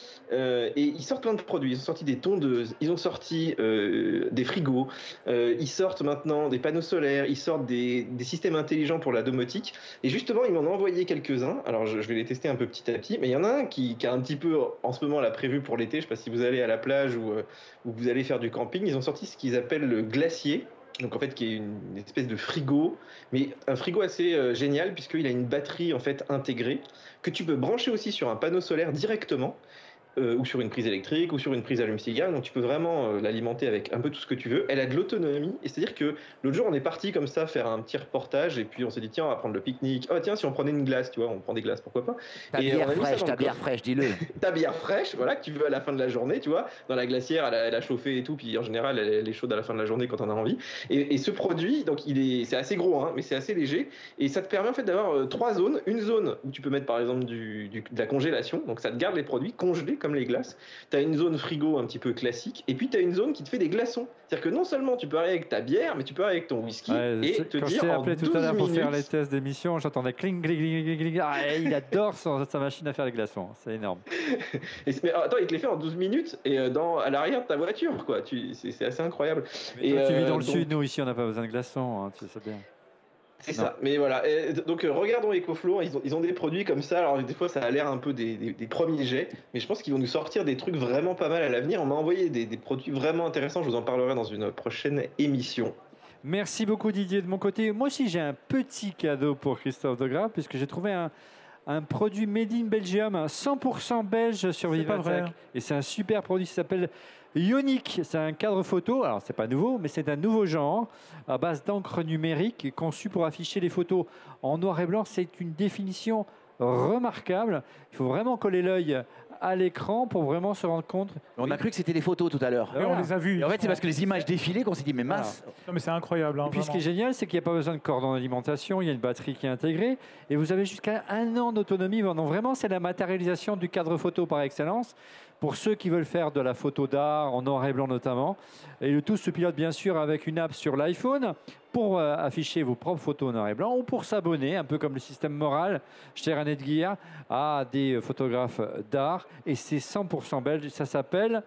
Et ils sortent plein de produits. Ils ont sorti des tondeuses, ils ont sorti des frigos, ils sortent maintenant des panneaux solaires, ils sortent des systèmes intelligents pour la domotique. Et justement, ils m'en ont envoyé quelques-uns. Alors, je vais les tester un peu petit à petit. Mais il y en a un qui a un petit peu, en ce moment, là, prévu pour l'été. Je ne sais pas si vous allez à la plage ou vous allez faire du camping. Ils ont sorti ce qu'ils appellent le glacier. Donc en fait qui est une espèce de frigo, mais un frigo assez génial puisqu'il a une batterie en fait intégrée que tu peux brancher aussi sur un panneau solaire directement. Ou sur une prise électrique, ou sur une prise allume-cigare. Donc tu peux vraiment l'alimenter avec un peu tout ce que tu veux. Elle a de l'autonomie. Et c'est-à-dire que l'autre jour, on est parti comme ça faire un petit reportage. Et puis on s'est dit, tiens, on va prendre le pique-nique. Oh tiens, si on prenait une glace, tu vois, on prend des glaces, pourquoi pas. Ta bière fraîche, dis-le. Ta bière fraîche, voilà, que tu veux à la fin de la journée, tu vois. Dans la glacière, elle a chauffé et tout. Puis en général, elle est chaude à la fin de la journée quand on a envie. Et ce produit, donc c'est assez gros, hein, mais c'est assez léger. Et ça te permet en fait d'avoir 3 zones. Une zone où tu peux mettre par exemple de la congélation. Donc ça te garde les produits congelés comme les glaces. Tu as une zone frigo un petit peu classique et puis tu as une zone qui te fait des glaçons. C'est-à-dire que non seulement tu peux arriver avec ta bière, mais tu peux arriver avec ton whisky et te dire en 12 minutes... Quand je t'ai appelé tout à l'heure pour faire les tests d'émission, j'entendais cling, cling, cling, cling. Ah, il adore sa machine à faire les glaçons. C'est énorme. Mais attends, il te les fait en 12 minutes et à l'arrière de ta voiture, quoi. C'est assez incroyable. Mais toi, tu vis dans le sud, nous ici on n'a pas besoin de glaçons, hein, tu sais bien. C'est ça, mais voilà. Et donc regardons EcoFlow, ils ont des produits comme ça. Alors des fois ça a l'air un peu des premiers jets, mais je pense qu'ils vont nous sortir des trucs vraiment pas mal à l'avenir. On m'a envoyé des produits vraiment intéressants, je vous en parlerai dans une prochaine émission. Merci beaucoup Didier. De mon côté, moi aussi j'ai un petit cadeau pour Christophe Degraff, puisque j'ai trouvé un produit made in Belgium, 100% belge sur Vivatech. Et c'est un super produit qui s'appelle Ionic. C'est un cadre photo, alors c'est pas nouveau, mais c'est un nouveau genre à base d'encre numérique conçu pour afficher les photos en noir et blanc. C'est une définition remarquable. Il faut vraiment coller l'œil à l'écran pour vraiment se rendre compte. On a cru que c'était des photos tout à l'heure. On les a vues. Et en fait, c'est parce que les images défilaient qu'on s'est dit, mais mince. Non, mais c'est incroyable. Hein, et puis ce qui est génial, c'est qu'il n'y a pas besoin de cordon d'alimentation, il y a une batterie qui est intégrée et vous avez jusqu'à 1 an d'autonomie. Donc vraiment, c'est la matérialisation du cadre photo par excellence pour ceux qui veulent faire de la photo d'art en noir et blanc notamment. Et le tout se pilote bien sûr avec une app sur l'iPhone pour afficher vos propres photos en noir et blanc ou pour s'abonner, un peu comme le système moral chez Netgear, à des photographes d'art. Et c'est 100% belge, ça s'appelle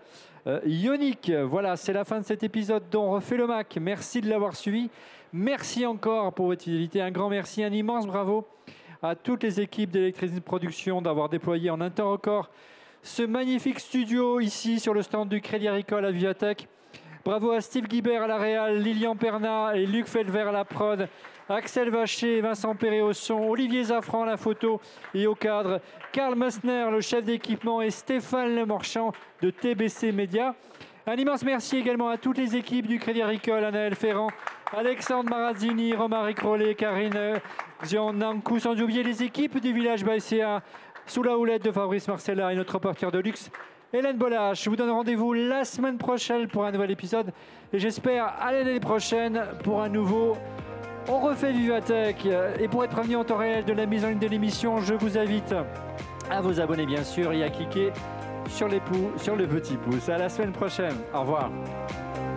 Ionic. Voilà, c'est la fin de cet épisode dont on refait le Mac. Merci de l'avoir suivi. Merci encore pour votre fidélité. Un grand merci, un immense bravo à toutes les équipes d'Electricity Production d'avoir déployé en un temps record ce magnifique studio ici sur le stand du Crédit Agricole à Vivatech. Bravo à Steve Guibert à la réal, Lilian Perna et Luc Felver à la prod, Axel Vacher, Vincent Perret au son, Olivier Zafran à la photo et au cadre, Karl Messner, le chef d'équipement, et Stéphane Lemarchand de TBC Média. Un immense merci également à toutes les équipes du Crédit Agricole, Anaël Ferrand, Alexandre Marazzini, Romaric Rollet, Karine Zion-Nankou, sans oublier les équipes du Village Baïséa, sous la houlette de Fabrice Marcella et notre reporter de luxe, Hélène Bollache. Je vous donne rendez-vous la semaine prochaine pour un nouvel épisode. Et j'espère à l'année prochaine pour un nouveau On refait Vivatech. Et pour être prévenu en temps réel de la mise en ligne de l'émission, je vous invite à vous abonner bien sûr et à cliquer sur le petit pouce. À la semaine prochaine. Au revoir.